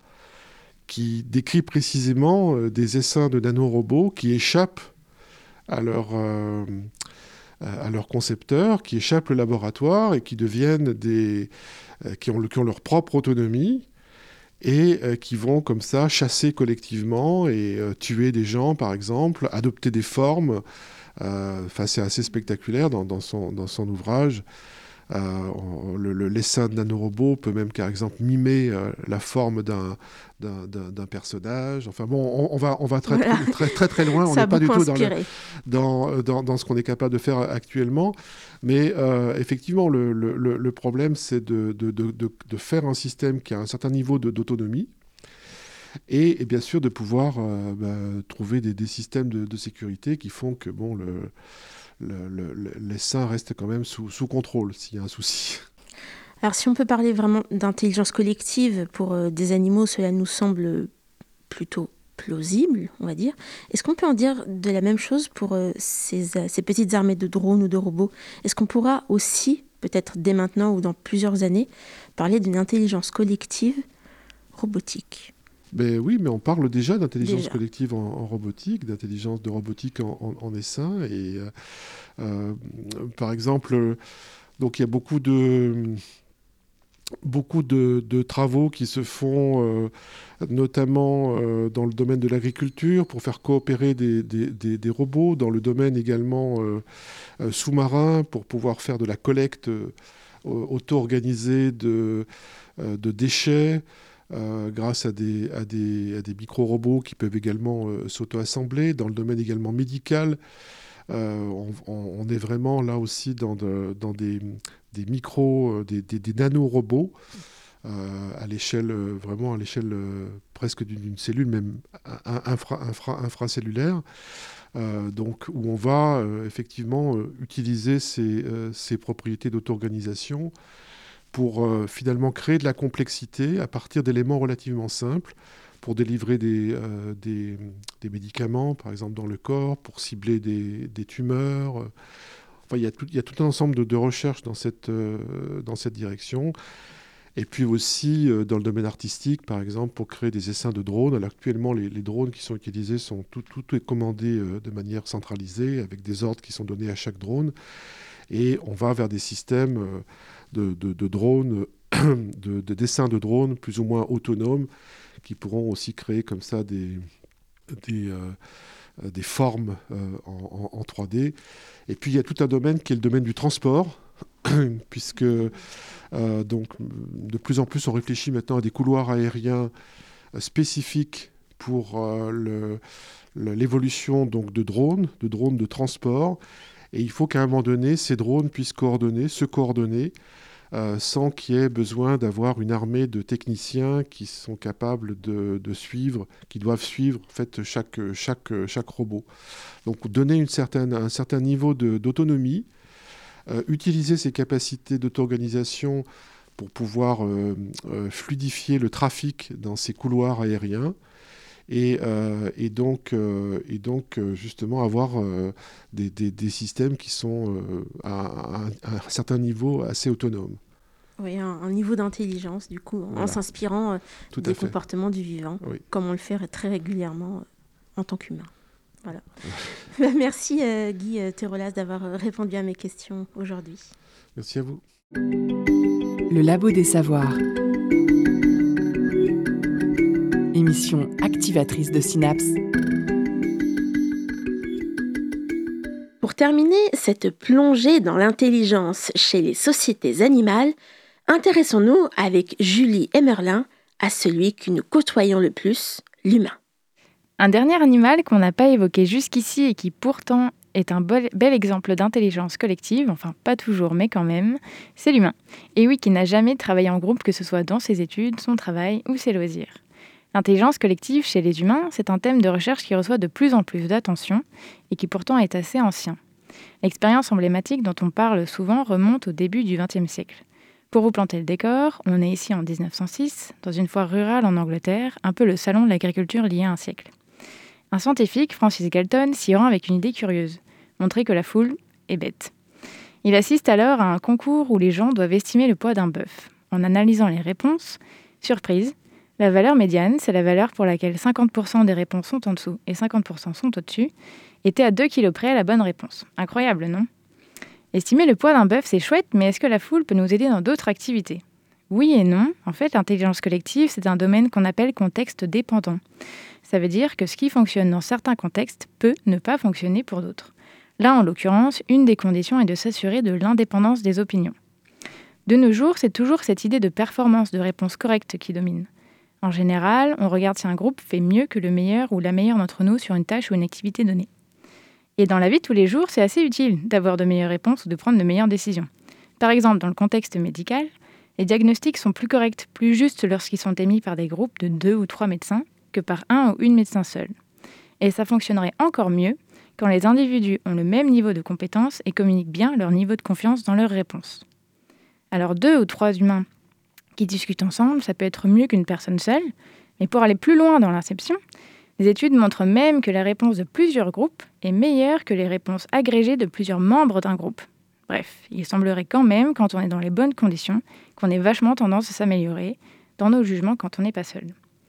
qui décrit précisément euh, des essaims de nanorobots qui échappent à leur, euh, à leur concepteur, qui échappent le laboratoire et qui deviennent des... euh, qui ont, le- qui ont leur propre autonomie et euh, qui vont comme ça chasser collectivement et euh, tuer des gens, par exemple, adopter des formes. Euh, Enfin, c'est assez spectaculaire dans, dans son, dans son ouvrage. Euh, on- le, le- l'essaim de nanorobot peut même, par exemple, mimer euh, la forme d'un, d'un, d'un- d'un personnage. Enfin bon, on, on va, on va très, Voilà. très, très, très, très loin. On Ça a n'est pas du beaucoup tout dans, le, inspiré. dans, dans, dans ce qu'on est capable de faire actuellement. Mais euh, effectivement, le, le, le- le problème, c'est de, de, de, de, de faire un système qui a un certain niveau de, d'autonomie et, et bien sûr de pouvoir euh, bah, trouver des, des systèmes de, de sécurité qui font que bon, le, le, le, le- l'essaim reste quand même sous, sous contrôle s'il y a un souci. Alors, si on peut parler vraiment d'intelligence collective pour euh, des animaux, cela nous semble plutôt plausible, on va dire. Est-ce qu'on peut en dire de la même chose pour euh, ces, euh, ces petites armées de drones ou de robots ? Est-ce qu'on pourra aussi, peut-être dès maintenant ou dans plusieurs années, parler d'une intelligence collective robotique ? Ben oui, mais on parle déjà d'intelligence Déjà. collective en, en robotique, d'intelligence de robotique en, en, en essaim. Et euh, euh, par exemple, euh, donc il y a beaucoup de beaucoup de, de travaux qui se font, euh, notamment euh, dans le domaine de l'agriculture, pour faire coopérer des, des, des, des robots, dans le domaine également euh, euh, sous-marin, pour pouvoir faire de la collecte euh, auto-organisée de, euh, de déchets. Euh, grâce à des, à des, à des micro-robots qui peuvent également euh, s'auto-assembler. Dans le domaine également médical, euh, on, on- on est vraiment là aussi dans, de- dans des, des micro, euh, des, des, des nano-robots euh, à l'échelle, euh, vraiment à l'échelle euh, presque d'une, d'une cellule, même in- infra, infra, infracellulaire. Euh, donc où on va euh, effectivement euh, utiliser ces, euh, ces propriétés d'auto-organisation pour euh, finalement créer de la complexité à partir d'éléments relativement simples, pour délivrer des, euh, des, des médicaments, par exemple, dans le corps, pour cibler des, des tumeurs. Enfin, il y a tout, il y a tout un ensemble de, de recherches dans cette, euh, dans cette direction. Et puis aussi euh, dans le domaine artistique, par exemple, pour créer des essaims de drones. Alors, actuellement, les, les drones qui sont utilisés, sont tout, tout est commandé euh, de manière centralisée, avec des ordres qui sont donnés à chaque drone. Et on va vers des systèmes euh, de, de, de drones, de, de dessins de drones plus ou moins autonomes, qui pourront aussi créer comme ça des, des, euh, des formes euh, en, en, en trois D. Et puis il y a tout un domaine qui est le domaine du transport, puisque euh, donc, de plus en plus on réfléchit maintenant à des couloirs aériens euh, spécifiques pour euh, le, le, l'évolution donc, de drones, de drones de transport. Et il faut qu'à un moment donné, ces drones puissent coordonner, se coordonner, euh, sans qu'il y ait besoin d'avoir une armée de techniciens qui sont capables de, de suivre, qui doivent suivre en fait, chaque, chaque, chaque robot. Donc donner une certaine, un certain niveau de, d'autonomie, euh, utiliser ces capacités d'auto-organisation pour pouvoir euh, euh, fluidifier le trafic dans ces couloirs aériens. Et, euh, et, donc, euh, et donc, euh, justement, avoir euh, des, des, des systèmes qui sont euh, à, à, un, à un certain niveau assez autonomes. Oui, un, un niveau d'intelligence, du coup, Voilà. en s'inspirant euh, Tout des à fait. comportements du vivant, Oui. comme on le fait très régulièrement euh, en tant qu'humain. Voilà. Merci euh, Guy euh, Terolas d'avoir euh, répondu à mes questions aujourd'hui. Merci à vous. Le Labo des Savoirs. Émission activatrice de synapses. Pour terminer cette plongée dans l'intelligence chez les sociétés animales, intéressons-nous avec Julie et Merlin à celui que nous côtoyons le plus, l'humain. Un dernier animal qu'on n'a pas évoqué jusqu'ici et qui pourtant est un bel, bel exemple d'intelligence collective, enfin pas toujours mais quand même, c'est l'humain. Et oui, qui n'a jamais travaillé en groupe, que ce soit dans ses études, son travail ou ses loisirs. L'intelligence collective chez les humains, c'est un thème de recherche qui reçoit de plus en plus d'attention et qui pourtant est assez ancien. L'expérience emblématique dont on parle souvent remonte au début du vingtième siècle. Pour vous planter le décor, on est ici en dix-neuf cent six, dans une foire rurale en Angleterre, un peu le salon de l'agriculture lié à un siècle. Un scientifique, Francis Galton, s'y rend avec une idée curieuse, montrer que la foule est bête. Il assiste alors à un concours où les gens doivent estimer le poids d'un bœuf. En analysant les réponses, surprise, la valeur médiane, c'est la valeur pour laquelle cinquante pour cent des réponses sont en dessous et cinquante pour cent sont au-dessus, était à deux kilos près la bonne réponse. Incroyable, non ? Estimer le poids d'un bœuf, c'est chouette, mais est-ce que la foule peut nous aider dans d'autres activités ? Oui et non. En fait, l'intelligence collective, c'est un domaine qu'on appelle contexte dépendant. Ça veut dire que ce qui fonctionne dans certains contextes peut ne pas fonctionner pour d'autres. Là, en l'occurrence, une des conditions est de s'assurer de l'indépendance des opinions. De nos jours, c'est toujours cette idée de performance, de réponse correcte qui domine. En général, on regarde si un groupe fait mieux que le meilleur ou la meilleure d'entre nous sur une tâche ou une activité donnée. Et dans la vie de tous les jours, c'est assez utile d'avoir de meilleures réponses ou de prendre de meilleures décisions. Par exemple, dans le contexte médical, les diagnostics sont plus corrects, plus justes lorsqu'ils sont émis par des groupes de deux ou trois médecins que par un ou une médecin seul. Et ça fonctionnerait encore mieux quand les individus ont le même niveau de compétence et communiquent bien leur niveau de confiance dans leurs réponses. Alors deux ou trois humains qui discutent ensemble, ça peut être mieux qu'une personne seule, mais pour aller plus loin dans l'inception, les études montrent même que la réponse de plusieurs groupes est meilleure que les réponses agrégées de plusieurs membres d'un groupe. Bref, il semblerait quand même, quand on est dans les bonnes conditions, qu'on ait vachement tendance à s'améliorer dans nos jugements quand on n'est pas seul.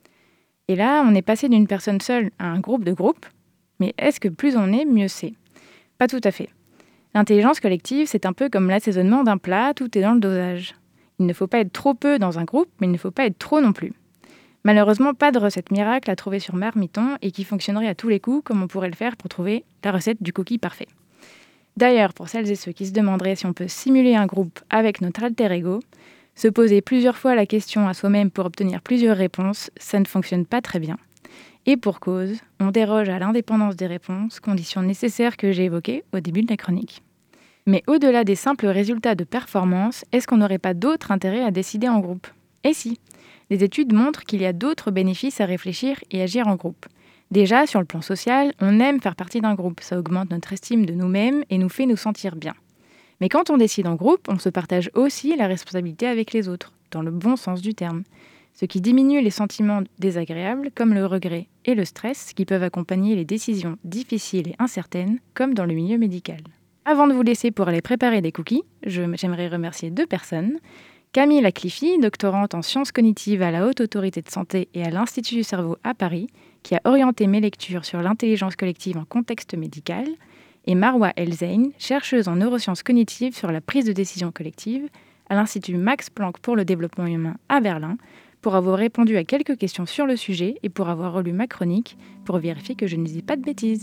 Et là, on est passé d'une personne seule à un groupe de groupes, mais est-ce que plus on est, mieux c'est ? Pas tout à fait. L'intelligence collective, c'est un peu comme l'assaisonnement d'un plat, tout est dans le dosage. Il ne faut pas être trop peu dans un groupe, mais il ne faut pas être trop non plus. Malheureusement, pas de recette miracle à trouver sur Marmiton et qui fonctionnerait à tous les coups comme on pourrait le faire pour trouver la recette du cookie parfait. D'ailleurs, pour celles et ceux qui se demanderaient si on peut simuler un groupe avec notre alter ego, se poser plusieurs fois la question à soi-même pour obtenir plusieurs réponses, ça ne fonctionne pas très bien. Et pour cause, on déroge à l'indépendance des réponses, condition nécessaire que j'ai évoquée au début de la chronique. Mais au-delà des simples résultats de performance, est-ce qu'on n'aurait pas d'autres intérêts à décider en groupe ? Et si ? Les études montrent qu'il y a d'autres bénéfices à réfléchir et agir en groupe. Déjà, sur le plan social, on aime faire partie d'un groupe. Ça augmente notre estime de nous-mêmes et nous fait nous sentir bien. Mais quand on décide en groupe, on se partage aussi la responsabilité avec les autres, dans le bon sens du terme. Ce qui diminue les sentiments désagréables, comme le regret et le stress, qui peuvent accompagner les décisions difficiles et incertaines, comme dans le milieu médical. Avant de vous laisser pour aller préparer des cookies, je, j'aimerais remercier deux personnes. Camille Lacliffy, doctorante en sciences cognitives à la Haute Autorité de Santé et à l'Institut du Cerveau à Paris, qui a orienté mes lectures sur l'intelligence collective en contexte médical, et Marwa Elzein, chercheuse en neurosciences cognitives sur la prise de décision collective à l'Institut Max Planck pour le développement humain à Berlin, pour avoir répondu à quelques questions sur le sujet et pour avoir relu ma chronique pour vérifier que je ne dis pas de bêtises.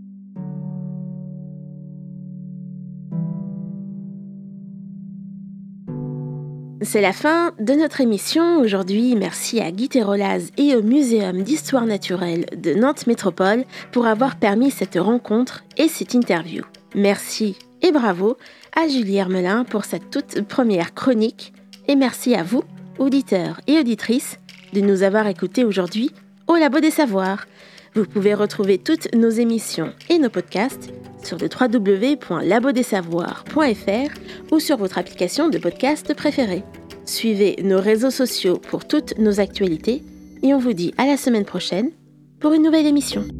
C'est la fin de notre émission aujourd'hui. Merci à Guy Thérolaz et au Muséum d'Histoire Naturelle de Nantes Métropole pour avoir permis cette rencontre et cette interview. Merci et bravo à Julie Hermelin pour sa toute première chronique. Et merci à vous, auditeurs et auditrices, de nous avoir écoutés aujourd'hui au Labo des Savoirs. Vous pouvez retrouver toutes nos émissions et nos podcasts sur le w w w point labo des savoirs point f r ou sur votre application de podcast préférée. Suivez nos réseaux sociaux pour toutes nos actualités et on vous dit à la semaine prochaine pour une nouvelle émission.